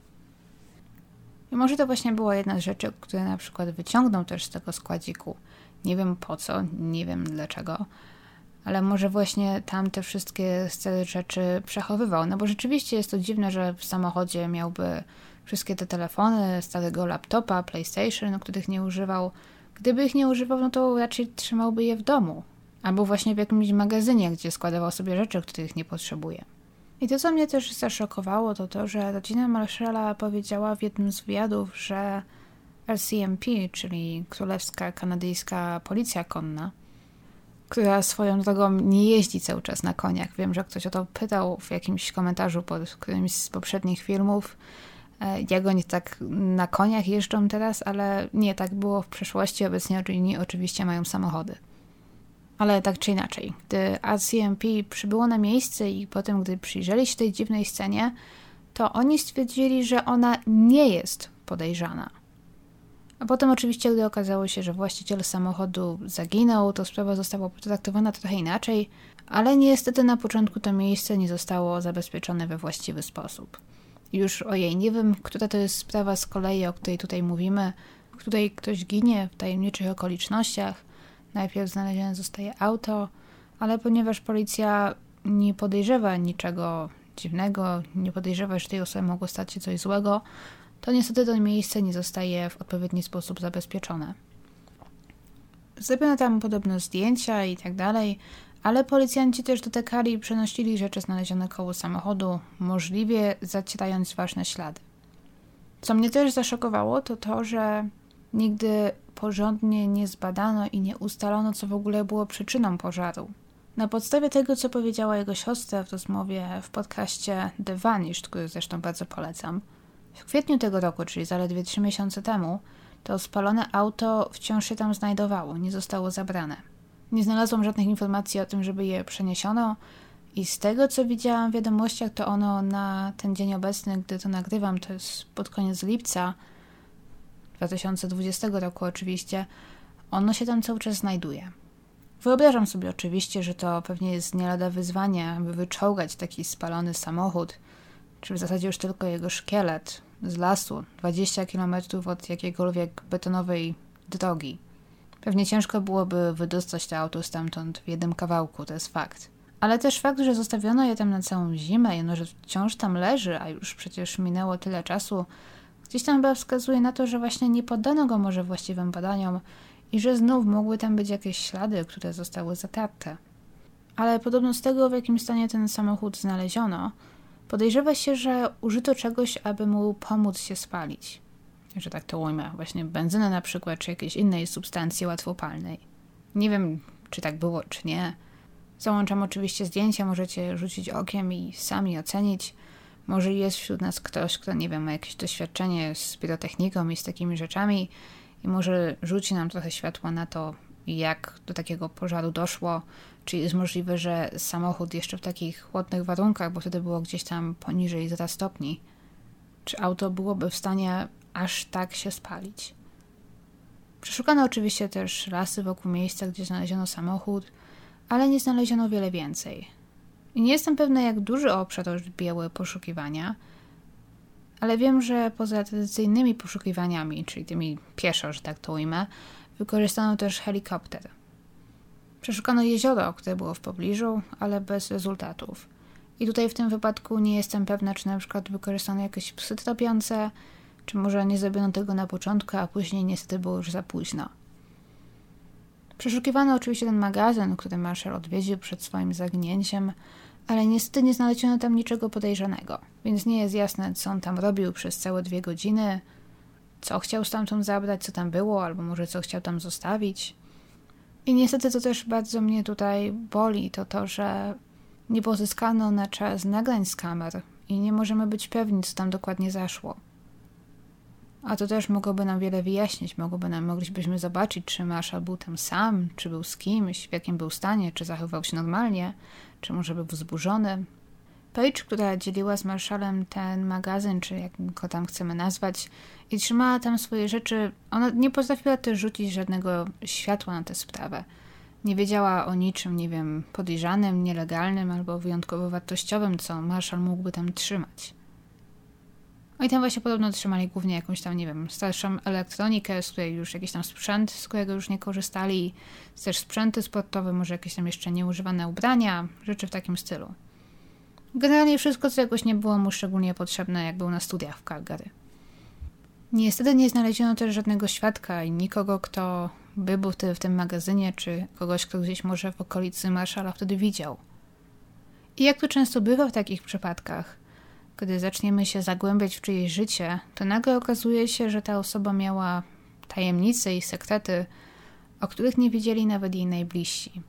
I może to właśnie była jedna z rzeczy, które na przykład wyciągnął też z tego składziku. Nie wiem po co, nie wiem dlaczego, ale może właśnie tam te wszystkie stare rzeczy przechowywał. No bo rzeczywiście jest to dziwne, że w samochodzie miałby wszystkie te telefony, starego laptopa, PlayStation, których nie używał. Gdyby ich nie używał, no to raczej trzymałby je w domu. Albo właśnie w jakimś magazynie, gdzie składował sobie rzeczy, których nie potrzebuje. I to, co mnie też zaszokowało, to to, że rodzina Marshalla powiedziała w jednym z wywiadów, że RCMP, czyli Królewska Kanadyjska Policja Konna, która swoją drogą nie jeździ cały czas na koniach. Wiem, że ktoś o to pytał w jakimś komentarzu pod którymś z poprzednich filmów, jak oni tak na koniach jeżdżą teraz, ale nie, tak było w przeszłości, obecnie oni oczywiście mają samochody. Ale tak czy inaczej, gdy RCMP przybyło na miejsce i potem, gdy przyjrzeli się tej dziwnej scenie, to oni stwierdzili, że ona nie jest podejrzana. A potem oczywiście, gdy okazało się, że właściciel samochodu zaginął, to sprawa została potraktowana trochę inaczej, ale niestety na początku to miejsce nie zostało zabezpieczone we właściwy sposób. Już nie wiem, która to jest sprawa z kolei, o której tutaj mówimy, w której ktoś ginie w tajemniczych okolicznościach. Najpierw znalezione zostaje auto, ale ponieważ policja nie podejrzewa niczego dziwnego, nie podejrzewa, że tej osobie mogło stać się coś złego, to niestety to miejsce nie zostaje w odpowiedni sposób zabezpieczone. Zrobiono tam podobno zdjęcia i tak dalej, ale policjanci też dotykali i przenosili rzeczy znalezione koło samochodu, możliwie zacierając ważne ślady. Co mnie też zaszokowało, to to, że nigdy porządnie nie zbadano i nie ustalono, co w ogóle było przyczyną pożaru. Na podstawie tego, co powiedziała jego siostra w rozmowie w podcaście The Vanished, który zresztą bardzo polecam, w kwietniu tego roku, czyli zaledwie 3 miesiące temu, to spalone auto wciąż się tam znajdowało, nie zostało zabrane. Nie znalazłam żadnych informacji o tym, żeby je przeniesiono i z tego, co widziałam w wiadomościach, to ono na ten dzień obecny, gdy to nagrywam, to jest pod koniec lipca 2020 roku oczywiście, ono się tam cały czas znajduje. Wyobrażam sobie oczywiście, że to pewnie jest nie lada wyzwanie, aby wyczołgać taki spalony samochód, czy w zasadzie już tylko jego szkielet z lasu, 20 km od jakiejkolwiek betonowej drogi. Pewnie ciężko byłoby wydostać to auto stamtąd w jednym kawałku, to jest fakt. Ale też fakt, że zostawiono je tam na całą zimę i ono, że wciąż tam leży, a już przecież minęło tyle czasu, gdzieś tam chyba wskazuje na to, że właśnie nie poddano go może właściwym badaniom i że znów mogły tam być jakieś ślady, które zostały zatarte. Ale podobno z tego, w jakim stanie ten samochód znaleziono, podejrzewa się, że użyto czegoś, aby mu pomóc się spalić. Że tak to ujmę, właśnie benzynę na przykład, czy jakiejś innej substancji łatwopalnej. Nie wiem, czy tak było, czy nie. Załączam oczywiście zdjęcia, możecie rzucić okiem i sami ocenić. Może jest wśród nas ktoś, kto, nie wiem, ma jakieś doświadczenie z pirotechniką i z takimi rzeczami i może rzuci nam trochę światła na to, jak do takiego pożaru doszło, czy jest możliwe, że samochód jeszcze w takich chłodnych warunkach, bo wtedy było gdzieś tam poniżej 0 stopni, czy auto byłoby w stanie aż tak się spalić. Przeszukano oczywiście też lasy wokół miejsca, gdzie znaleziono samochód, ale nie znaleziono wiele więcej. I nie jestem pewna, jak duży obszar objęły poszukiwania, ale wiem, że poza tradycyjnymi poszukiwaniami, czyli tymi pieszo, że tak to ujmę, wykorzystano też helikopter. Przeszukano jezioro, które było w pobliżu, ale bez rezultatów. I tutaj w tym wypadku nie jestem pewna, czy na przykład wykorzystano jakieś psy tropiące, czy może nie zrobiono tego na początku, a później niestety było już za późno. Przeszukiwano oczywiście ten magazyn, który Marshall odwiedził przed swoim zaginięciem, ale niestety nie znaleziono tam niczego podejrzanego, więc nie jest jasne, co on tam robił przez całe 2 godziny, co chciał stamtąd zabrać, co tam było, albo może co chciał tam zostawić. I niestety to też bardzo mnie tutaj boli, to, że nie pozyskano na czas nagrań z kamer i nie możemy być pewni, co tam dokładnie zaszło. A to też mogłoby nam wiele wyjaśnić, moglibyśmy zobaczyć, czy Marshall był tam sam, czy był z kimś, w jakim był stanie, czy zachowywał się normalnie, czy może był wzburzony. Paige, która dzieliła z Marshallem ten magazyn, czy jak go tam chcemy nazwać, i trzymała tam swoje rzeczy, ona nie potrafiła też rzucić żadnego światła na tę sprawę. Nie wiedziała o niczym, nie wiem, podejrzanym, nielegalnym albo wyjątkowo wartościowym, co Marshall mógłby tam trzymać. No i tam właśnie podobno trzymali głównie jakąś tam, nie wiem, starszą elektronikę, z której już jakiś tam sprzęt, z którego już nie korzystali, też sprzęty sportowe, może jakieś tam jeszcze nieużywane ubrania, rzeczy w takim stylu. Generalnie wszystko, co jakoś nie było mu szczególnie potrzebne, jak był na studiach w Calgary. Niestety nie znaleziono też żadnego świadka i nikogo, kto by był wtedy w tym magazynie, czy kogoś, kto gdzieś może w okolicy Marshalla wtedy widział. I jak to często bywa w takich przypadkach, gdy zaczniemy się zagłębiać w czyjeś życie, to nagle okazuje się, że ta osoba miała tajemnice i sekrety, o których nie wiedzieli nawet jej najbliżsi.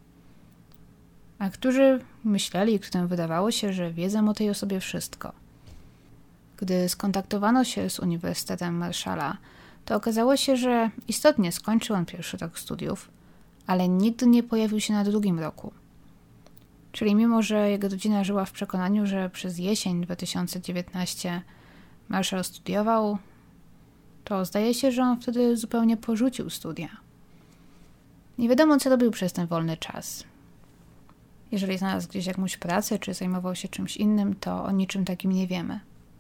A którzy myśleli, którym wydawało się, że wiedzą o tej osobie wszystko. Gdy skontaktowano się z Uniwersytetem Marshalla, to okazało się, że istotnie skończył on pierwszy rok studiów, ale nigdy nie pojawił się na drugim roku. Czyli mimo, że jego rodzina żyła w przekonaniu, że przez jesień 2019 Marshall studiował, to zdaje się, że on wtedy zupełnie porzucił studia. Nie wiadomo, co robił przez ten wolny czas. Jeżeli znalazł gdzieś jakąś pracę, czy zajmował się czymś innym, to o niczym takim nie wiemy.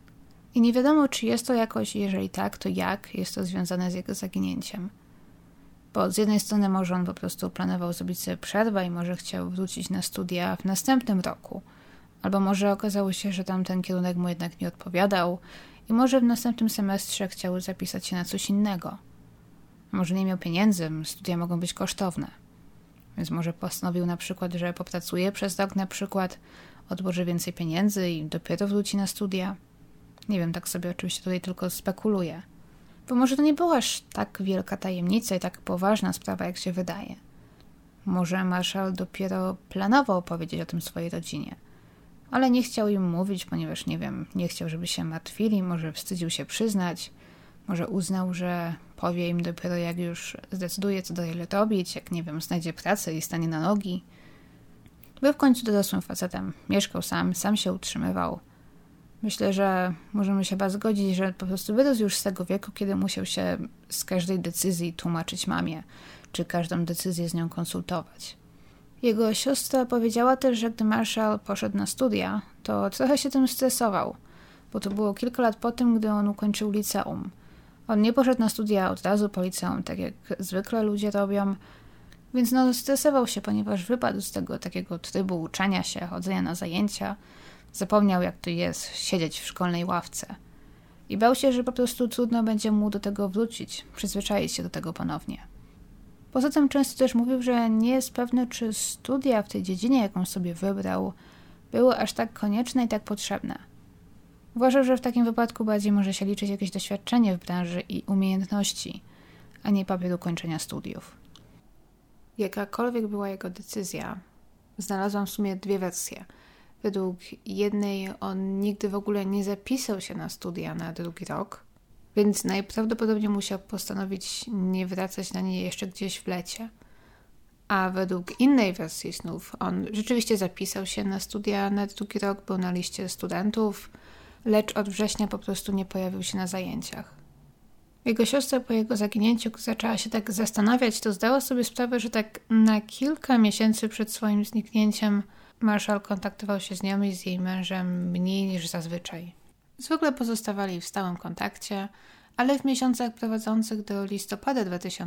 I nie wiadomo, czy jest to jakoś, jeżeli tak, to jak jest to związane z jego zaginięciem. Bo z jednej strony może on po prostu planował zrobić sobie przerwę i może chciał wrócić na studia w następnym roku. Albo może okazało się, że tamten kierunek mu jednak nie odpowiadał i może w następnym semestrze chciał zapisać się na coś innego. Może nie miał pieniędzy, studia mogą być kosztowne. Więc może postanowił na przykład, że popracuje przez rok na przykład, odłoży więcej pieniędzy i dopiero wróci na studia. Nie wiem, tak sobie oczywiście tutaj tylko spekuluję. Bo może to nie była aż tak wielka tajemnica i tak poważna sprawa, jak się wydaje. Może Marshall dopiero planował opowiedzieć o tym swojej rodzinie. Ale nie chciał im mówić, ponieważ, nie wiem, nie chciał, żeby się martwili, może wstydził się przyznać, może uznał, że powie im dopiero jak już zdecyduje, co dalej robić, jak, nie wiem, znajdzie pracę i stanie na nogi. Był w końcu dorosłym facetem, mieszkał sam się utrzymywał. Myślę, że możemy się chyba zgodzić, że po prostu wyrósł już z tego wieku, kiedy musiał się z każdej decyzji tłumaczyć mamie, czy każdą decyzję z nią konsultować. Jego siostra powiedziała też, że gdy Marshall poszedł na studia, to trochę się tym stresował, bo to było kilka lat po tym, gdy on ukończył liceum. On nie poszedł na studia od razu po liceum, tak jak zwykle ludzie robią, więc stresował się, ponieważ wypadł z tego takiego trybu uczenia się, chodzenia na zajęcia, zapomniał, jak to jest siedzieć w szkolnej ławce. I bał się, że po prostu trudno będzie mu do tego wrócić, przyzwyczaić się do tego ponownie. Poza tym często też mówił, że nie jest pewny, czy studia w tej dziedzinie, jaką sobie wybrał, były aż tak konieczne i tak potrzebne. Uważał, że w takim wypadku bardziej może się liczyć jakieś doświadczenie w branży i umiejętności, a nie papier ukończenia studiów. Jakakolwiek była jego decyzja, znalazłam w sumie dwie wersje. Według jednej on nigdy w ogóle nie zapisał się na studia na drugi rok, więc najprawdopodobniej musiał postanowić nie wracać na nie jeszcze gdzieś w lecie. A według innej wersji snów on rzeczywiście zapisał się na studia na drugi rok, był na liście studentów, lecz od września po prostu nie pojawił się na zajęciach. Jego siostra po jego zaginięciu zaczęła się tak zastanawiać, to zdała sobie sprawę, że tak na kilka miesięcy przed swoim zniknięciem Marshall kontaktował się z nią i z jej mężem mniej niż zazwyczaj. Zwykle pozostawali w stałym kontakcie, ale w miesiącach prowadzących do listopada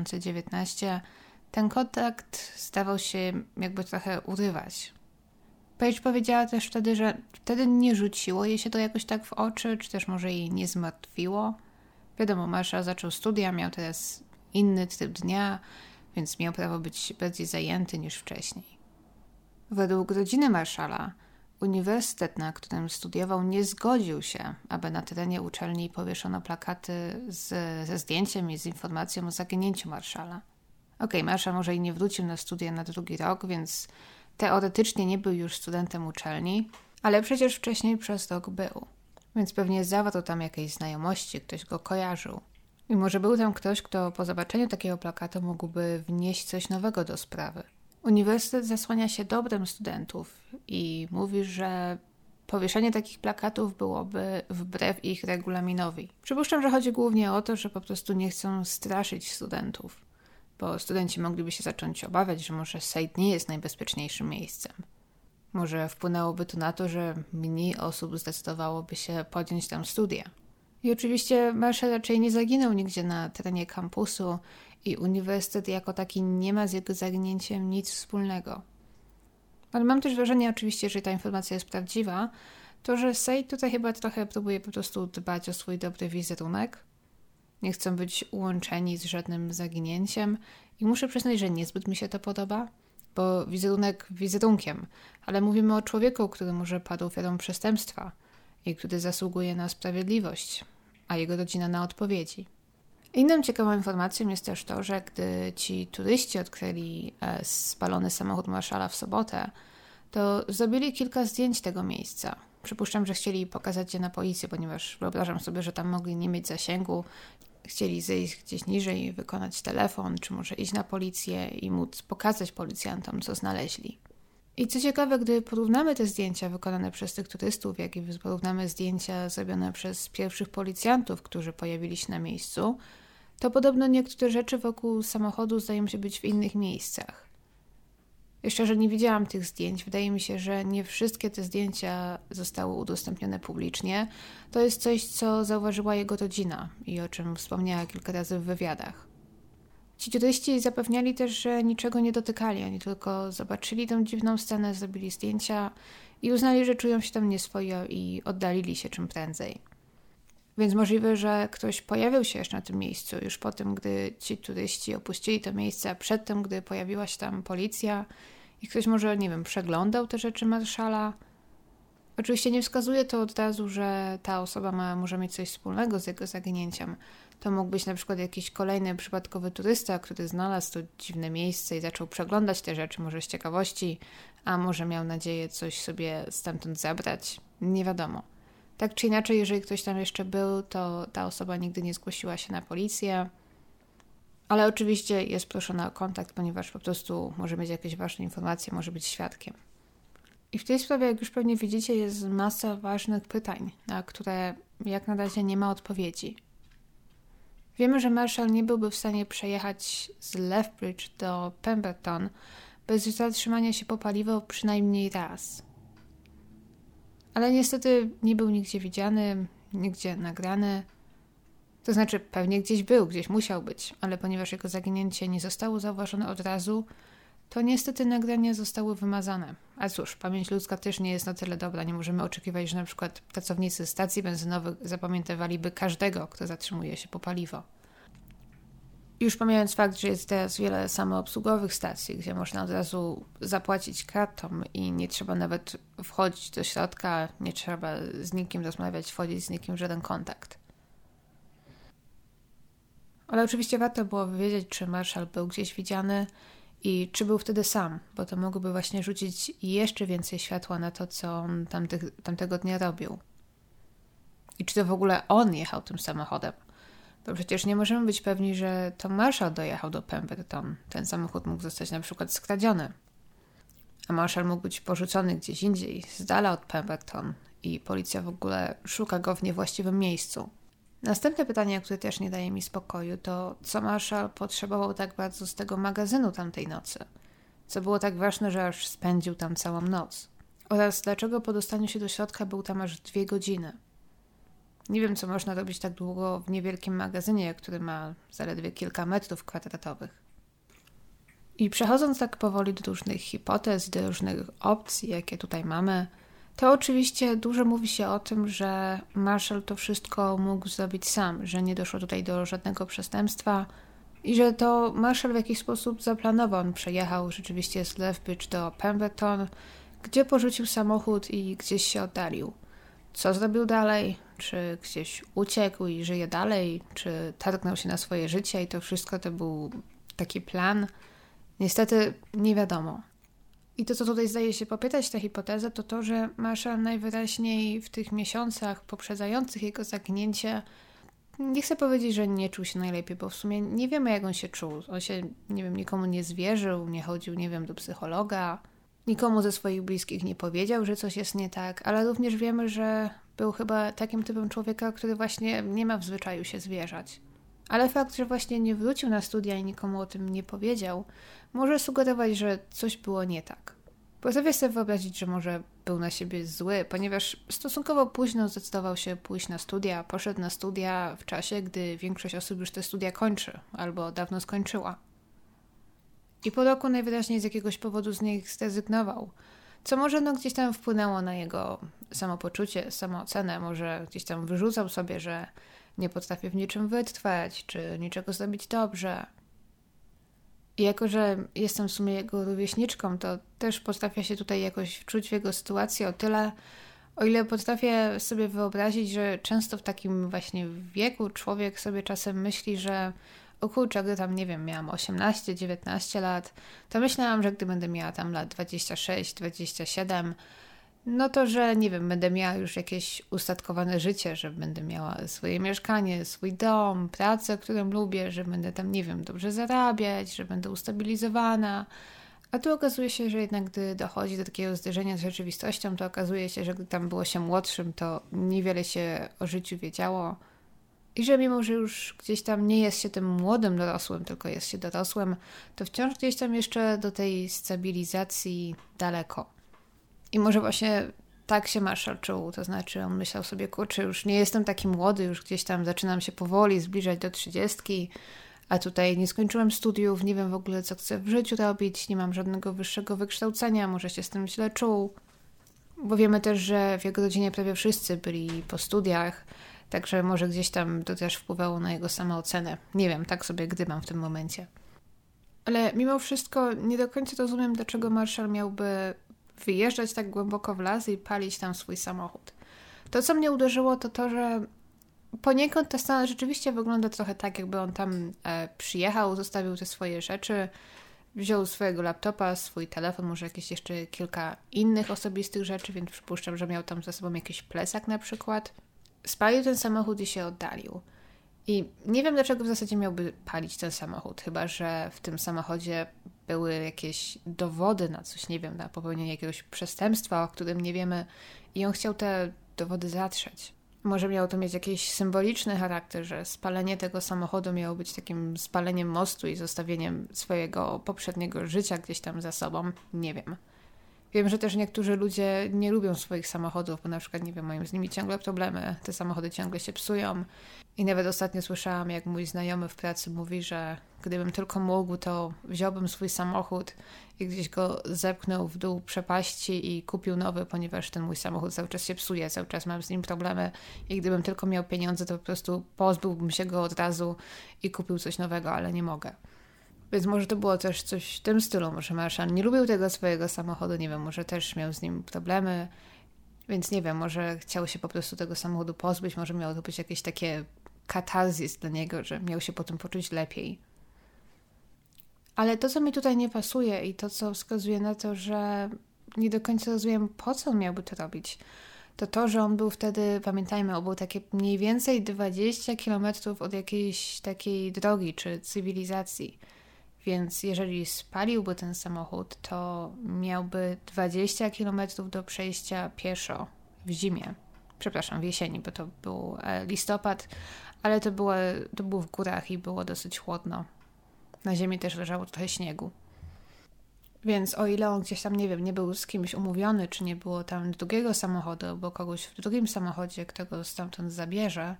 2019 ten kontakt zdawał się jakby trochę urywać. Paige powiedziała też wtedy, że wtedy nie rzuciło jej się to jakoś tak w oczy, czy też może jej nie zmartwiło. Wiadomo, Marshall zaczął studia, miał teraz inny tryb dnia, więc miał prawo być bardziej zajęty niż wcześniej. Według rodziny Marshalla uniwersytet, na którym studiował, nie zgodził się, aby na terenie uczelni powieszono plakaty ze zdjęciem i z informacją o zaginięciu Marshalla. Marshall może i nie wrócił na studia na drugi rok, więc teoretycznie nie był już studentem uczelni, ale przecież wcześniej przez rok był. Więc pewnie zawarł tam jakieś znajomości, ktoś go kojarzył. I może był tam ktoś, kto po zobaczeniu takiego plakatu mógłby wnieść coś nowego do sprawy. Uniwersytet zasłania się dobrem studentów i mówi, że powieszenie takich plakatów byłoby wbrew ich regulaminowi. Przypuszczam, że chodzi głównie o to, że po prostu nie chcą straszyć studentów, bo studenci mogliby się zacząć obawiać, że może SAID nie jest najbezpieczniejszym miejscem. Może wpłynęłoby to na to, że mniej osób zdecydowałoby się podjąć tam studia. I oczywiście Marshall raczej nie zaginął nigdzie na terenie kampusu i uniwersytet jako taki nie ma z jego zaginięciem nic wspólnego. Ale mam też wrażenie, oczywiście, że ta informacja jest prawdziwa, to że SAID tutaj chyba trochę próbuje po prostu dbać o swój dobry wizerunek. Nie chcą być ułączeni z żadnym zaginięciem i muszę przyznać, że niezbyt mi się to podoba, bo wizerunek wizerunkiem, ale mówimy o człowieku, który może padł ofiarą przestępstwa i który zasługuje na sprawiedliwość, a jego rodzina na odpowiedzi. Inną ciekawą informacją jest też to, że gdy ci turyści odkryli spalony samochód Marshalla w sobotę, to zrobili kilka zdjęć tego miejsca. Przypuszczam, że chcieli pokazać je na policję, ponieważ wyobrażam sobie, że tam mogli nie mieć zasięgu chcieli zejść gdzieś niżej, wykonać telefon, czy może iść na policję i móc pokazać policjantom, co znaleźli. I co ciekawe, gdy porównamy te zdjęcia wykonane przez tych turystów, jak i porównamy zdjęcia zrobione przez pierwszych policjantów, którzy pojawili się na miejscu, to podobno niektóre rzeczy wokół samochodu zdają się być w innych miejscach. Jeszcze, że nie widziałam tych zdjęć, wydaje mi się, że nie wszystkie te zdjęcia zostały udostępnione publicznie. To jest coś, co zauważyła jego rodzina i o czym wspomniała kilka razy w wywiadach. Ci turyści zapewniali też, że niczego nie dotykali, oni tylko zobaczyli tę dziwną scenę, zrobili zdjęcia i uznali, że czują się tam nieswojo i oddalili się czym prędzej. Więc możliwe, że ktoś pojawił się jeszcze na tym miejscu już po tym, gdy ci turyści opuścili to miejsce, a przedtem, gdy pojawiła się tam policja i ktoś może, nie wiem, przeglądał te rzeczy marszala. Oczywiście nie wskazuje to od razu, że ta osoba może mieć coś wspólnego z jego zaginięciem. To mógł być na przykład jakiś kolejny przypadkowy turysta, który znalazł to dziwne miejsce i zaczął przeglądać te rzeczy, może z ciekawości, a może miał nadzieję coś sobie stamtąd zabrać. Nie wiadomo. Tak czy inaczej, jeżeli ktoś tam jeszcze był, to ta osoba nigdy nie zgłosiła się na policję. Ale oczywiście jest proszona o kontakt, ponieważ po prostu może mieć jakieś ważne informacje, może być świadkiem. I w tej sprawie, jak już pewnie widzicie, jest masa ważnych pytań, na które jak na razie nie ma odpowiedzi. Wiemy, że Marshall nie byłby w stanie przejechać z Lethbridge do Pemberton bez zatrzymania się po paliwo przynajmniej raz. Ale niestety nie był nigdzie widziany, nigdzie nagrany. To znaczy pewnie gdzieś był, gdzieś musiał być, ale ponieważ jego zaginięcie nie zostało zauważone od razu, to niestety nagrania zostały wymazane. A cóż, pamięć ludzka też nie jest na tyle dobra. Nie możemy oczekiwać, że na przykład pracownicy stacji benzynowych zapamiętywaliby każdego, kto zatrzymuje się po paliwo. Już pomijając fakt, że jest teraz wiele samoobsługowych stacji, gdzie można od razu zapłacić kartą i nie trzeba nawet wchodzić do środka, nie trzeba z nikim rozmawiać, wchodzić z nikim w żaden kontakt. Ale oczywiście warto było wiedzieć, czy Marshall był gdzieś widziany i czy był wtedy sam, bo to mogłoby właśnie rzucić jeszcze więcej światła na to, co on tamtego dnia robił. I czy to w ogóle on jechał tym samochodem? Bo przecież nie możemy być pewni, że to Marshall dojechał do Pemberton. Ten samochód mógł zostać na przykład skradziony. A Marshall mógł być porzucony gdzieś indziej, z dala od Pemberton i policja w ogóle szuka go w niewłaściwym miejscu. Następne pytanie, które też nie daje mi spokoju, to co Marshall potrzebował tak bardzo z tego magazynu tamtej nocy? Co było tak ważne, że aż spędził tam całą noc? Oraz dlaczego po dostaniu się do środka był tam aż 2 godziny? Nie wiem, co można robić tak długo w niewielkim magazynie, który ma zaledwie kilka metrów kwadratowych. I przechodząc tak powoli do różnych hipotez, do różnych opcji, jakie tutaj mamy, to oczywiście dużo mówi się o tym, że Marshall to wszystko mógł zrobić sam, że nie doszło tutaj do żadnego przestępstwa i że to Marshall w jakiś sposób zaplanował. On przejechał rzeczywiście z Lethbridge do Pemberton, gdzie porzucił samochód i gdzieś się oddalił. Co zrobił dalej? Czy gdzieś uciekł i żyje dalej? Czy targnął się na swoje życie i to wszystko to był taki plan? Niestety nie wiadomo. I to, co tutaj zdaje się popierać tę hipotezę, to to, że Marshall najwyraźniej w tych miesiącach poprzedzających jego zaginięcie, nie chcę powiedzieć, że nie czuł się najlepiej, bo w sumie nie wiemy, jak on się czuł. On się, nie wiem, nikomu nie zwierzył, nie chodził, nie wiem, do psychologa, nikomu ze swoich bliskich nie powiedział, że coś jest nie tak, ale również wiemy, że był chyba takim typem człowieka, który właśnie nie ma w zwyczaju się zwierzać. Ale fakt, że właśnie nie wrócił na studia i nikomu o tym nie powiedział, może sugerować, że coś było nie tak. Potrafię sobie wyobrazić, że może był na siebie zły, ponieważ stosunkowo późno zdecydował się pójść na studia, poszedł na studia w czasie, gdy większość osób już te studia kończy, albo dawno skończyła. I po roku najwyraźniej z jakiegoś powodu z nich zrezygnował, co może gdzieś tam wpłynęło na jego samopoczucie, samoocenę, może gdzieś tam wyrzucał sobie, że nie potrafię w niczym wytrwać, czy niczego zrobić dobrze. I jako, że jestem w sumie jego rówieśniczką, to też potrafię się tutaj jakoś wczuć w jego sytuację o tyle, o ile potrafię sobie wyobrazić, że często w takim właśnie wieku człowiek sobie czasem myśli, że o kurczę, gdy tam, nie wiem, miałam 18-19 lat, to myślałam, że gdy będę miała tam lat 26, 27, No to, że nie wiem, będę miała już jakieś ustatkowane życie, że będę miała swoje mieszkanie, swój dom, pracę, którą lubię, że będę tam, nie wiem, dobrze zarabiać, że będę ustabilizowana. A tu okazuje się, że jednak gdy dochodzi do takiego zderzenia z rzeczywistością, to okazuje się, że gdy tam było się młodszym, to niewiele się o życiu wiedziało. I że mimo, że już gdzieś tam nie jest się tym młodym dorosłym, tylko jest się dorosłym, to wciąż gdzieś tam jeszcze do tej stabilizacji daleko. I może właśnie tak się Marshall czuł, to znaczy on myślał sobie, kurczę, już nie jestem taki młody, już gdzieś tam zaczynam się powoli zbliżać do 30, a tutaj nie skończyłem studiów, nie wiem w ogóle, co chcę w życiu robić, nie mam żadnego wyższego wykształcenia, może się z tym źle czuł. Bo wiemy też, że w jego rodzinie prawie wszyscy byli po studiach, także może gdzieś tam to też wpływało na jego samoocenę. Nie wiem, tak sobie gdybam w tym momencie. Ale mimo wszystko nie do końca rozumiem, dlaczego Marshall miałby wyjeżdżać tak głęboko w las i palić tam swój samochód. To, co mnie uderzyło, to to, że poniekąd ta scena rzeczywiście wygląda trochę tak, jakby on tam przyjechał, zostawił te swoje rzeczy, wziął swojego laptopa, swój telefon, może jakieś jeszcze kilka innych osobistych rzeczy, więc przypuszczam, że miał tam ze sobą jakiś plecak na przykład. Spalił ten samochód i się oddalił. I nie wiem, dlaczego w zasadzie miałby palić ten samochód, chyba że w tym samochodzie były jakieś dowody na coś, nie wiem, na popełnienie jakiegoś przestępstwa, o którym nie wiemy i on chciał te dowody zatrzeć. Może miało to mieć jakiś symboliczny charakter, że spalenie tego samochodu miało być takim spaleniem mostu i zostawieniem swojego poprzedniego życia gdzieś tam za sobą. Nie wiem. Wiem, że też niektórzy ludzie nie lubią swoich samochodów, bo na przykład, nie wiem, mają z nimi ciągle problemy, te samochody ciągle się psują. I nawet ostatnio słyszałam, jak mój znajomy w pracy mówi, że gdybym tylko mógł, to wziąłbym swój samochód i gdzieś go zepchnął w dół przepaści i kupił nowy, ponieważ ten mój samochód cały czas się psuje, cały czas mam z nim problemy i gdybym tylko miał pieniądze, to po prostu pozbyłbym się go od razu i kupił coś nowego, ale nie mogę. Więc może to było też coś w tym stylu, może Marshall nie lubił tego swojego samochodu, nie wiem, może też miał z nim problemy, więc nie wiem, może chciał się po prostu tego samochodu pozbyć, może miało to być jakieś takie katarzis dla niego, że miał się potem poczuć lepiej. Ale to, co mi tutaj nie pasuje i to, co wskazuje na to, że nie do końca rozumiem, po co on miałby to robić, to to, że on był wtedy, pamiętajmy, on był takie mniej więcej 20 kilometrów od jakiejś takiej drogi czy cywilizacji. Więc jeżeli spaliłby ten samochód, to miałby 20 kilometrów do przejścia pieszo w zimie. Przepraszam, w jesieni, bo to był listopad, ale to było w górach i było dosyć chłodno. Na ziemi też leżało trochę śniegu. Więc o ile on gdzieś tam, nie wiem, nie był z kimś umówiony, czy nie było tam drugiego samochodu, albo kogoś w drugim samochodzie, kto go stamtąd zabierze,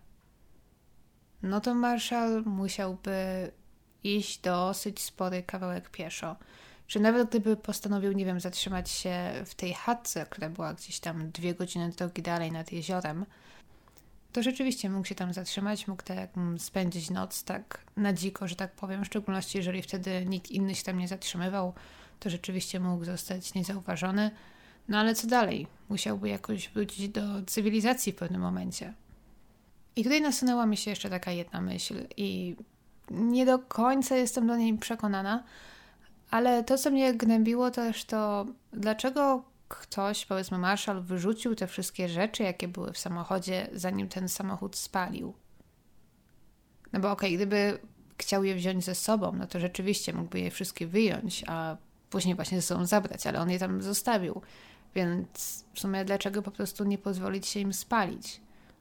no to Marshall musiałby iść dosyć spory kawałek pieszo. Czy nawet gdyby postanowił, nie wiem, zatrzymać się w tej chatce, która była gdzieś tam 2 godziny drogi dalej nad jeziorem, to rzeczywiście mógł się tam zatrzymać, mógł tak spędzić noc tak na dziko, że tak powiem, w szczególności jeżeli wtedy nikt inny się tam nie zatrzymywał, to rzeczywiście mógł zostać niezauważony. No ale co dalej? Musiałby jakoś wrócić do cywilizacji w pewnym momencie. I tutaj nasunęła mi się jeszcze taka jedna myśl i nie do końca jestem do niej przekonana, ale to, co mnie gnębiło też to, dlaczego ktoś, powiedzmy Marshall, wyrzucił te wszystkie rzeczy, jakie były w samochodzie, zanim ten samochód spalił. No bo okej, gdyby chciał je wziąć ze sobą, no to rzeczywiście mógłby je wszystkie wyjąć, a później właśnie ze sobą zabrać, ale on je tam zostawił. Więc w sumie dlaczego po prostu nie pozwolić się im spalić?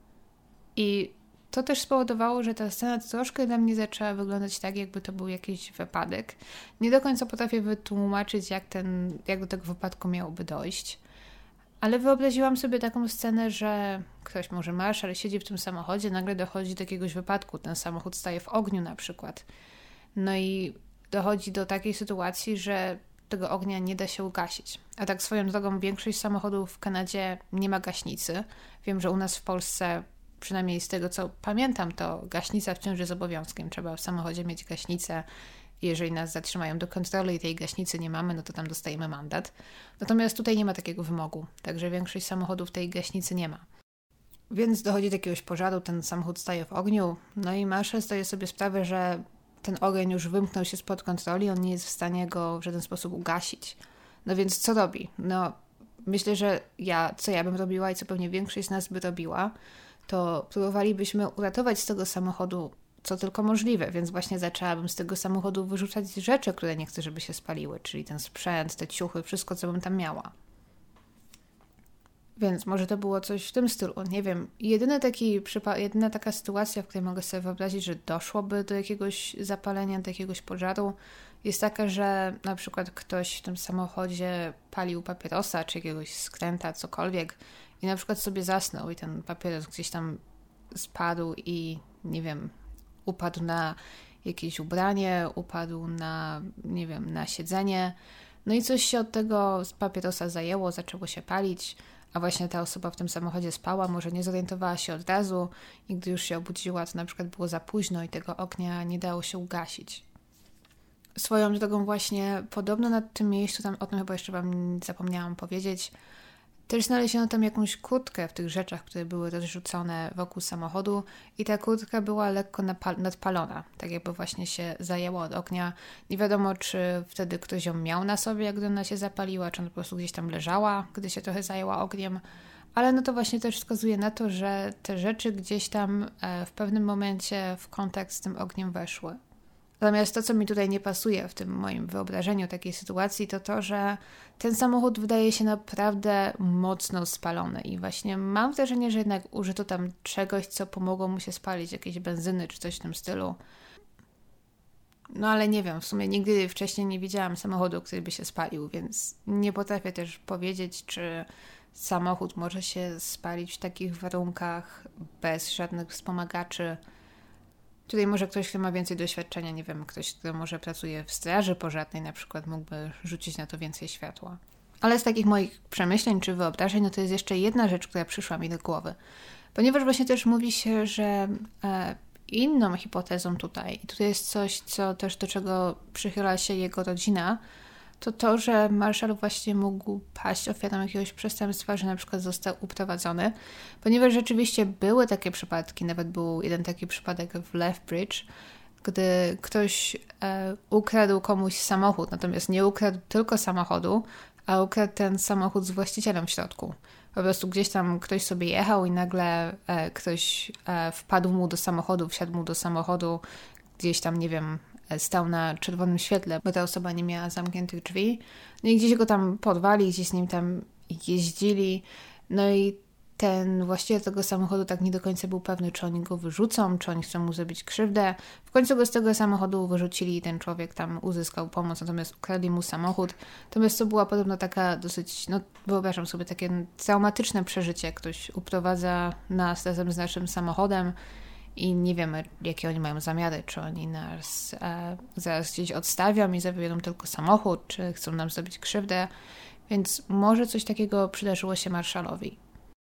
I to też spowodowało, że ta scena troszkę dla mnie zaczęła wyglądać tak, jakby to był jakiś wypadek. Nie do końca potrafię wytłumaczyć, jak do tego wypadku miałoby dojść. Ale wyobraziłam sobie taką scenę, że ktoś, może Marshall, siedzi w tym samochodzie, nagle dochodzi do jakiegoś wypadku, ten samochód staje w ogniu na przykład. No i dochodzi do takiej sytuacji, że tego ognia nie da się ugasić. A tak swoją drogą większość samochodów w Kanadzie nie ma gaśnicy. Wiem, że u nas w Polsce, przynajmniej z tego co pamiętam, to gaśnica wciąż jest obowiązkiem. Trzeba w samochodzie mieć gaśnicę. Jeżeli nas zatrzymają do kontroli i tej gaśnicy nie mamy, no to tam dostajemy mandat. Natomiast tutaj nie ma takiego wymogu, także większość samochodów tej gaśnicy nie ma. Więc dochodzi do jakiegoś pożaru, ten samochód staje w ogniu, no i Marshall zdaje sobie sprawę, że ten ogień już wymknął się spod kontroli, on nie jest w stanie go w żaden sposób ugasić. No więc co robi? No myślę, że co ja bym robiła i co pewnie większość z nas by robiła, to próbowalibyśmy uratować z tego samochodu co tylko możliwe, więc właśnie zaczęłabym z tego samochodu wyrzucać rzeczy, które nie chcę, żeby się spaliły, czyli ten sprzęt, te ciuchy, wszystko, co bym tam miała. Więc może to było coś w tym stylu, nie wiem. Jedyna taka sytuacja, w której mogę sobie wyobrazić, że doszłoby do jakiegoś zapalenia, do jakiegoś pożaru, jest taka, że na przykład ktoś w tym samochodzie palił papierosa, czy jakiegoś skręta, cokolwiek i na przykład sobie zasnął i ten papieros gdzieś tam spadł i nie wiem, upadł na jakieś ubranie, upadł na, nie wiem, na siedzenie. No i coś się od tego z papierosa zajęło, zaczęło się palić, a właśnie ta osoba w tym samochodzie spała, może nie zorientowała się od razu i gdy już się obudziła, to na przykład było za późno i tego ognia nie dało się ugasić. Swoją drogą właśnie podobno na tym miejscu, tam o tym chyba jeszcze Wam zapomniałam powiedzieć, też znaleziono tam jakąś kurtkę w tych rzeczach, które były rozrzucone wokół samochodu i ta kurtka była lekko nadpalona, tak jakby właśnie się zajęła od ognia. Nie wiadomo, czy wtedy ktoś ją miał na sobie, gdy ona się zapaliła, czy ona po prostu gdzieś tam leżała, gdy się trochę zajęła ogniem. Ale no to właśnie też wskazuje na to, że te rzeczy gdzieś tam w pewnym momencie w kontakt z tym ogniem weszły. Natomiast to, co mi tutaj nie pasuje w tym moim wyobrażeniu takiej sytuacji, to to, że ten samochód wydaje się naprawdę mocno spalony i właśnie mam wrażenie, że jednak użyto tam czegoś, co pomogło mu się spalić, jakiejś benzyny czy coś w tym stylu. No ale nie wiem, w sumie nigdy wcześniej nie widziałam samochodu, który by się spalił, więc nie potrafię też powiedzieć, czy samochód może się spalić w takich warunkach bez żadnych wspomagaczy. Tutaj może ktoś, kto ma więcej doświadczenia, nie wiem, ktoś, kto może pracuje w straży pożarnej na przykład, mógłby rzucić na to więcej światła. Ale z takich moich przemyśleń czy wyobrażeń, no to jest jeszcze jedna rzecz, która przyszła mi do głowy. Ponieważ właśnie też mówi się, że inną hipotezą tutaj, i tutaj jest coś, co też do czego przychyla się jego rodzina, to, że Marshall właśnie mógł paść ofiarą jakiegoś przestępstwa, że na przykład został uprowadzony, ponieważ rzeczywiście były takie przypadki, nawet był jeden taki przypadek w Lethbridge, gdy ktoś ukradł komuś samochód, natomiast nie ukradł tylko samochodu, a ukradł ten samochód z właścicielem w środku. Po prostu gdzieś tam ktoś sobie jechał i nagle ktoś wpadł mu do samochodu, wsiadł mu do samochodu, gdzieś tam, nie wiem, stał na czerwonym świetle, bo ta osoba nie miała zamkniętych drzwi. No i gdzieś go tam porwali, gdzieś z nim tam jeździli. No i ten właściciel tego samochodu tak nie do końca był pewny, czy oni go wyrzucą, czy oni chcą mu zrobić krzywdę. W końcu go z tego samochodu wyrzucili i ten człowiek tam uzyskał pomoc, natomiast ukradli mu samochód. Natomiast to była podobno taka dosyć, no wyobrażam sobie, takie traumatyczne przeżycie. Ktoś uprowadza nas razem z naszym samochodem i nie wiemy, jakie oni mają zamiary, czy oni nas zaraz gdzieś odstawią i zabiorą tylko samochód, czy chcą nam zrobić krzywdę, więc może coś takiego przydarzyło się Marshallowi.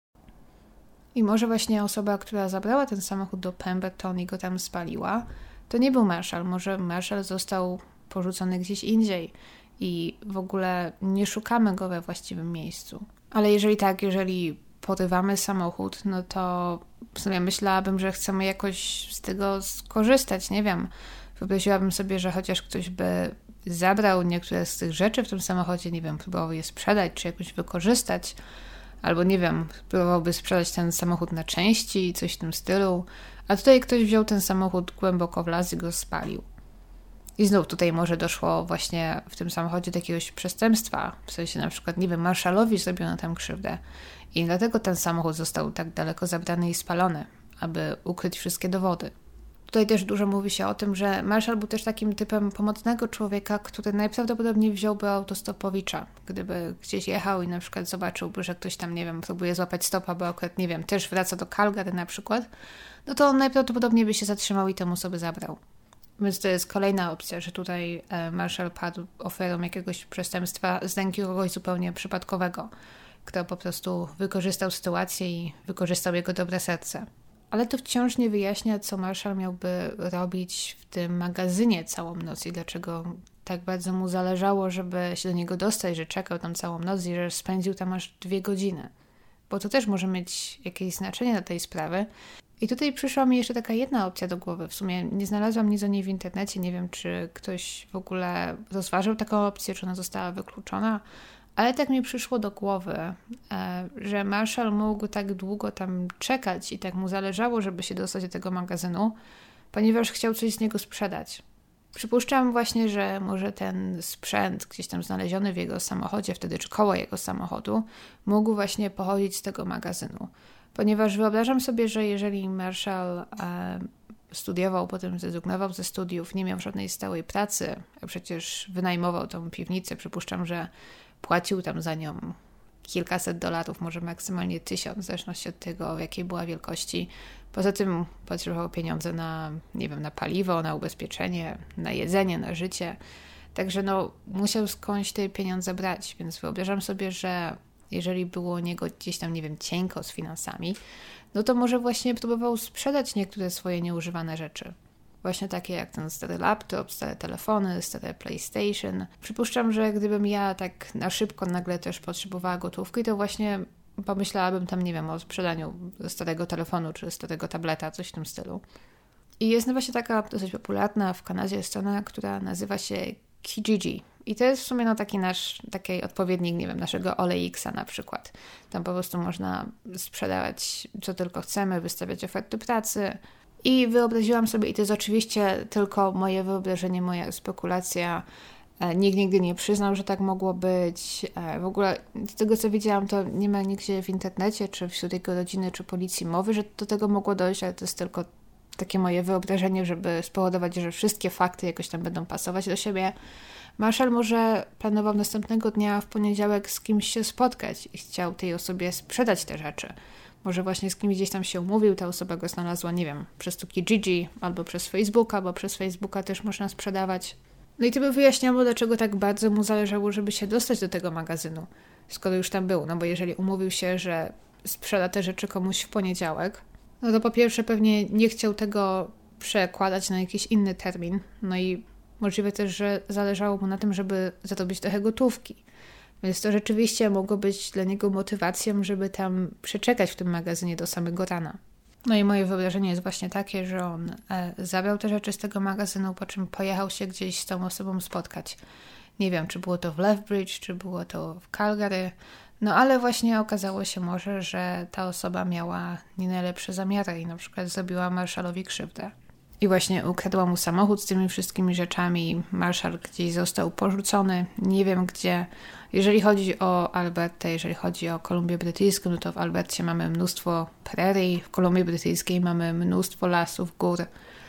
I może właśnie osoba, która zabrała ten samochód do Pemberton i go tam spaliła, to nie był Marshall, może Marshall został porzucony gdzieś indziej i w ogóle nie szukamy go we właściwym miejscu. Ale jeżeli porywamy samochód, no to w sumie myślałabym, że chcemy jakoś z tego skorzystać, nie wiem. Wyobraziłabym sobie, że chociaż ktoś by zabrał niektóre z tych rzeczy w tym samochodzie, nie wiem, próbował je sprzedać, czy jakoś wykorzystać, albo nie wiem, próbowałby sprzedać ten samochód na części, coś w tym stylu, a tutaj ktoś wziął ten samochód głęboko w las i go spalił. I znów tutaj może doszło właśnie w tym samochodzie do jakiegoś przestępstwa, w sensie na przykład, nie wiem, Marshallowi zrobiono tam krzywdę i dlatego ten samochód został tak daleko zabrany i spalony, aby ukryć wszystkie dowody. Tutaj też dużo mówi się o tym, że Marshall był też takim typem pomocnego człowieka, który najprawdopodobniej wziąłby autostopowicza. Gdyby gdzieś jechał i na przykład zobaczyłby, że ktoś tam, nie wiem, próbuje złapać stopa, bo akurat, nie wiem, też wraca do Calgary na przykład, no to on najprawdopodobniej by się zatrzymał i temu sobie zabrał. Więc to jest kolejna opcja, że tutaj Marshall padł ofiarą jakiegoś przestępstwa z ręki kogoś zupełnie przypadkowego, kto po prostu wykorzystał sytuację i wykorzystał jego dobre serce. Ale to wciąż nie wyjaśnia, co Marshall miałby robić w tym magazynie całą noc i dlaczego tak bardzo mu zależało, żeby się do niego dostać, że czekał tam całą noc i że spędził tam aż 2 godziny. Bo to też może mieć jakieś znaczenie dla tej sprawy. I tutaj przyszła mi jeszcze taka jedna opcja do głowy. W sumie nie znalazłam nic o niej w internecie. Nie wiem, czy ktoś w ogóle rozważył taką opcję, czy ona została wykluczona. Ale tak mi przyszło do głowy, że Marshall mógł tak długo tam czekać i tak mu zależało, żeby się dostać do tego magazynu, ponieważ chciał coś z niego sprzedać. Przypuszczam właśnie, że może ten sprzęt gdzieś tam znaleziony w jego samochodzie wtedy, czy koło jego samochodu, mógł właśnie pochodzić z tego magazynu. Ponieważ wyobrażam sobie, że jeżeli Marshall studiował, potem zrezygnował ze studiów, nie miał żadnej stałej pracy, a przecież wynajmował tą piwnicę, przypuszczam, że płacił tam za nią kilkaset dolarów, może maksymalnie 1000, w zależności od tego, jakiej była wielkości. Poza tym potrzebował pieniądze na, nie wiem, na paliwo, na ubezpieczenie, na jedzenie, na życie. Także musiał skądś te pieniądze brać, więc wyobrażam sobie, że jeżeli było u niego gdzieś tam, nie wiem, cienko z finansami, to może właśnie próbował sprzedać niektóre swoje nieużywane rzeczy. Właśnie takie jak ten stary laptop, stare telefony, stare PlayStation. Przypuszczam, że gdybym ja tak na szybko nagle też potrzebowała gotówki, to właśnie pomyślałabym tam, nie wiem, o sprzedaniu starego telefonu czy starego tableta, coś w tym stylu. I jest właśnie taka dosyć popularna w Kanadzie strona, która nazywa się Kijiji. I to jest w sumie taki odpowiednik, nie wiem, naszego OLX-a na przykład. Tam po prostu można sprzedawać co tylko chcemy, wystawiać oferty pracy. I wyobraziłam sobie, i to jest oczywiście tylko moje wyobrażenie, moja spekulacja. Nikt nigdy nie przyznał, że tak mogło być. W ogóle z tego, co widziałam, to nie ma nigdzie w internecie, czy wśród jego rodziny, czy policji mowy, że do tego mogło dojść, ale to jest tylko takie moje wyobrażenie, żeby spowodować, że wszystkie fakty jakoś tam będą pasować do siebie. Marshall może planował następnego dnia w poniedziałek z kimś się spotkać i chciał tej osobie sprzedać te rzeczy. Może właśnie z kimś gdzieś tam się umówił, ta osoba go znalazła, nie wiem, przez to Kijiji albo przez Facebooka, bo przez Facebooka też można sprzedawać. No i to by wyjaśniało, dlaczego tak bardzo mu zależało, żeby się dostać do tego magazynu, skoro już tam był. No bo jeżeli umówił się, że sprzeda te rzeczy komuś w poniedziałek, no to po pierwsze pewnie nie chciał tego przekładać na jakiś inny termin. No i możliwe też, że zależało mu na tym, żeby zarobić trochę gotówki. Więc to rzeczywiście mogło być dla niego motywacją, żeby tam przeczekać w tym magazynie do samego rana. No i moje wyobrażenie jest właśnie takie, że on zabrał te rzeczy z tego magazynu, po czym pojechał się gdzieś z tą osobą spotkać. Nie wiem, czy było to w Lethbridge, czy było to w Calgary, no ale właśnie okazało się może, że ta osoba miała nie najlepsze zamiary i na przykład zrobiła Marshallowi krzywdę. I właśnie ukradła mu samochód z tymi wszystkimi rzeczami. Marshall gdzieś został porzucony, nie wiem gdzie. Jeżeli chodzi o Albertę, jeżeli chodzi o Kolumbię Brytyjską, no to w Albercie mamy mnóstwo prerii, w Kolumbii Brytyjskiej mamy mnóstwo lasów, gór.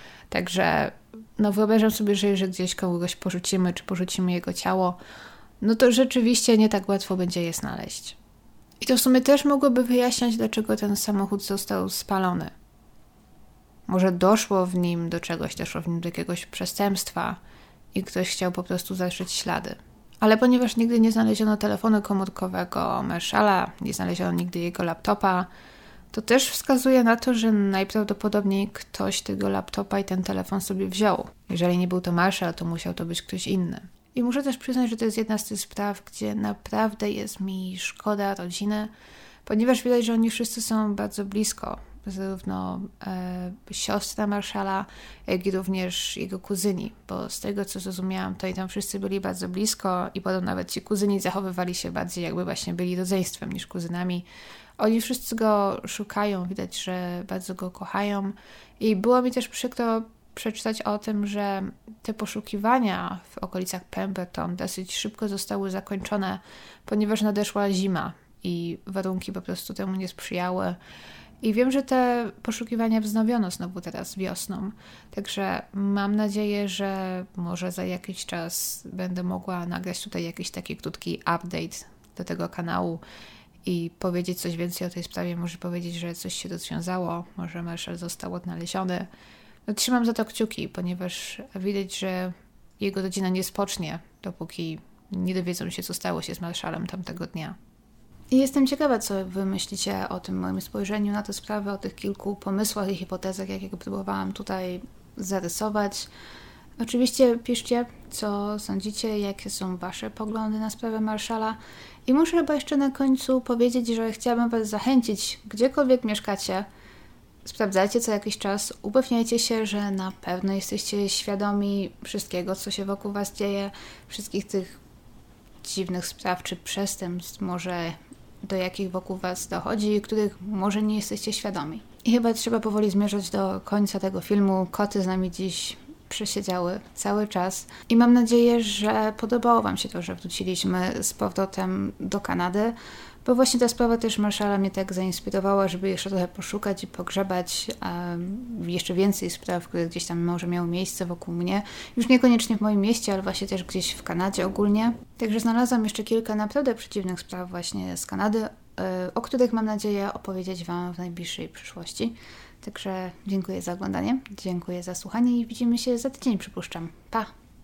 Także wyobrażam sobie, że jeżeli gdzieś kogoś porzucimy, czy porzucimy jego ciało, no to rzeczywiście nie tak łatwo będzie je znaleźć. I to w sumie też mogłoby wyjaśniać, dlaczego ten samochód został spalony. Może doszło w nim do czegoś, doszło w nim do jakiegoś przestępstwa i ktoś chciał po prostu zatrzeć ślady. Ale ponieważ nigdy nie znaleziono telefonu komórkowego Marshalla, nie znaleziono nigdy jego laptopa, to też wskazuje na to, że najprawdopodobniej ktoś tego laptopa i ten telefon sobie wziął. Jeżeli nie był to Marshall, to musiał to być ktoś inny. I muszę też przyznać, że to jest jedna z tych spraw, gdzie naprawdę jest mi szkoda rodziny, ponieważ widać, że oni wszyscy są bardzo blisko. Zarówno siostra Marshalla, jak i również jego kuzyni, bo z tego, co zrozumiałam, to i tam wszyscy byli bardzo blisko i potem nawet ci kuzyni zachowywali się bardziej, jakby właśnie byli rodzeństwem niż kuzynami. Oni wszyscy go szukają, widać, że bardzo go kochają i było mi też przykro przeczytać o tym, że te poszukiwania w okolicach Pemberton dosyć szybko zostały zakończone, ponieważ nadeszła zima i warunki po prostu temu nie sprzyjały. I wiem, że te poszukiwania wznowiono znowu teraz wiosną, także mam nadzieję, że może za jakiś czas będę mogła nagrać tutaj jakiś taki krótki update do tego kanału i powiedzieć coś więcej o tej sprawie, może powiedzieć, że coś się rozwiązało, może Marshall został odnaleziony. Trzymam za to kciuki, ponieważ widać, że jego rodzina nie spocznie, dopóki nie dowiedzą się, co stało się z Marshallem tamtego dnia. I jestem ciekawa, co wy myślicie o tym moim spojrzeniu na tę sprawę, o tych kilku pomysłach i hipotezach, jakie próbowałam tutaj zarysować. Oczywiście piszcie, co sądzicie, jakie są wasze poglądy na sprawę Marshalla. I muszę chyba jeszcze na końcu powiedzieć, że chciałabym was zachęcić, gdziekolwiek mieszkacie, sprawdzajcie co jakiś czas, upewniajcie się, że na pewno jesteście świadomi wszystkiego, co się wokół was dzieje, wszystkich tych dziwnych spraw czy przestępstw może do jakich wokół Was dochodzi, których może nie jesteście świadomi. I chyba trzeba powoli zmierzać do końca tego filmu. Koty z nami dziś przesiedziały cały czas i mam nadzieję, że podobało Wam się to, że wróciliśmy z powrotem do Kanady, bo właśnie ta sprawa też Marszala mnie tak zainspirowała, żeby jeszcze trochę poszukać i pogrzebać jeszcze więcej spraw, które gdzieś tam może miały miejsce wokół mnie. Już niekoniecznie w moim mieście, ale właśnie też gdzieś w Kanadzie ogólnie. Także znalazłam jeszcze kilka naprawdę przeciwnych spraw właśnie z Kanady, o których mam nadzieję opowiedzieć Wam w najbliższej przyszłości. Także dziękuję za oglądanie, dziękuję za słuchanie i widzimy się za tydzień, przypuszczam. Pa!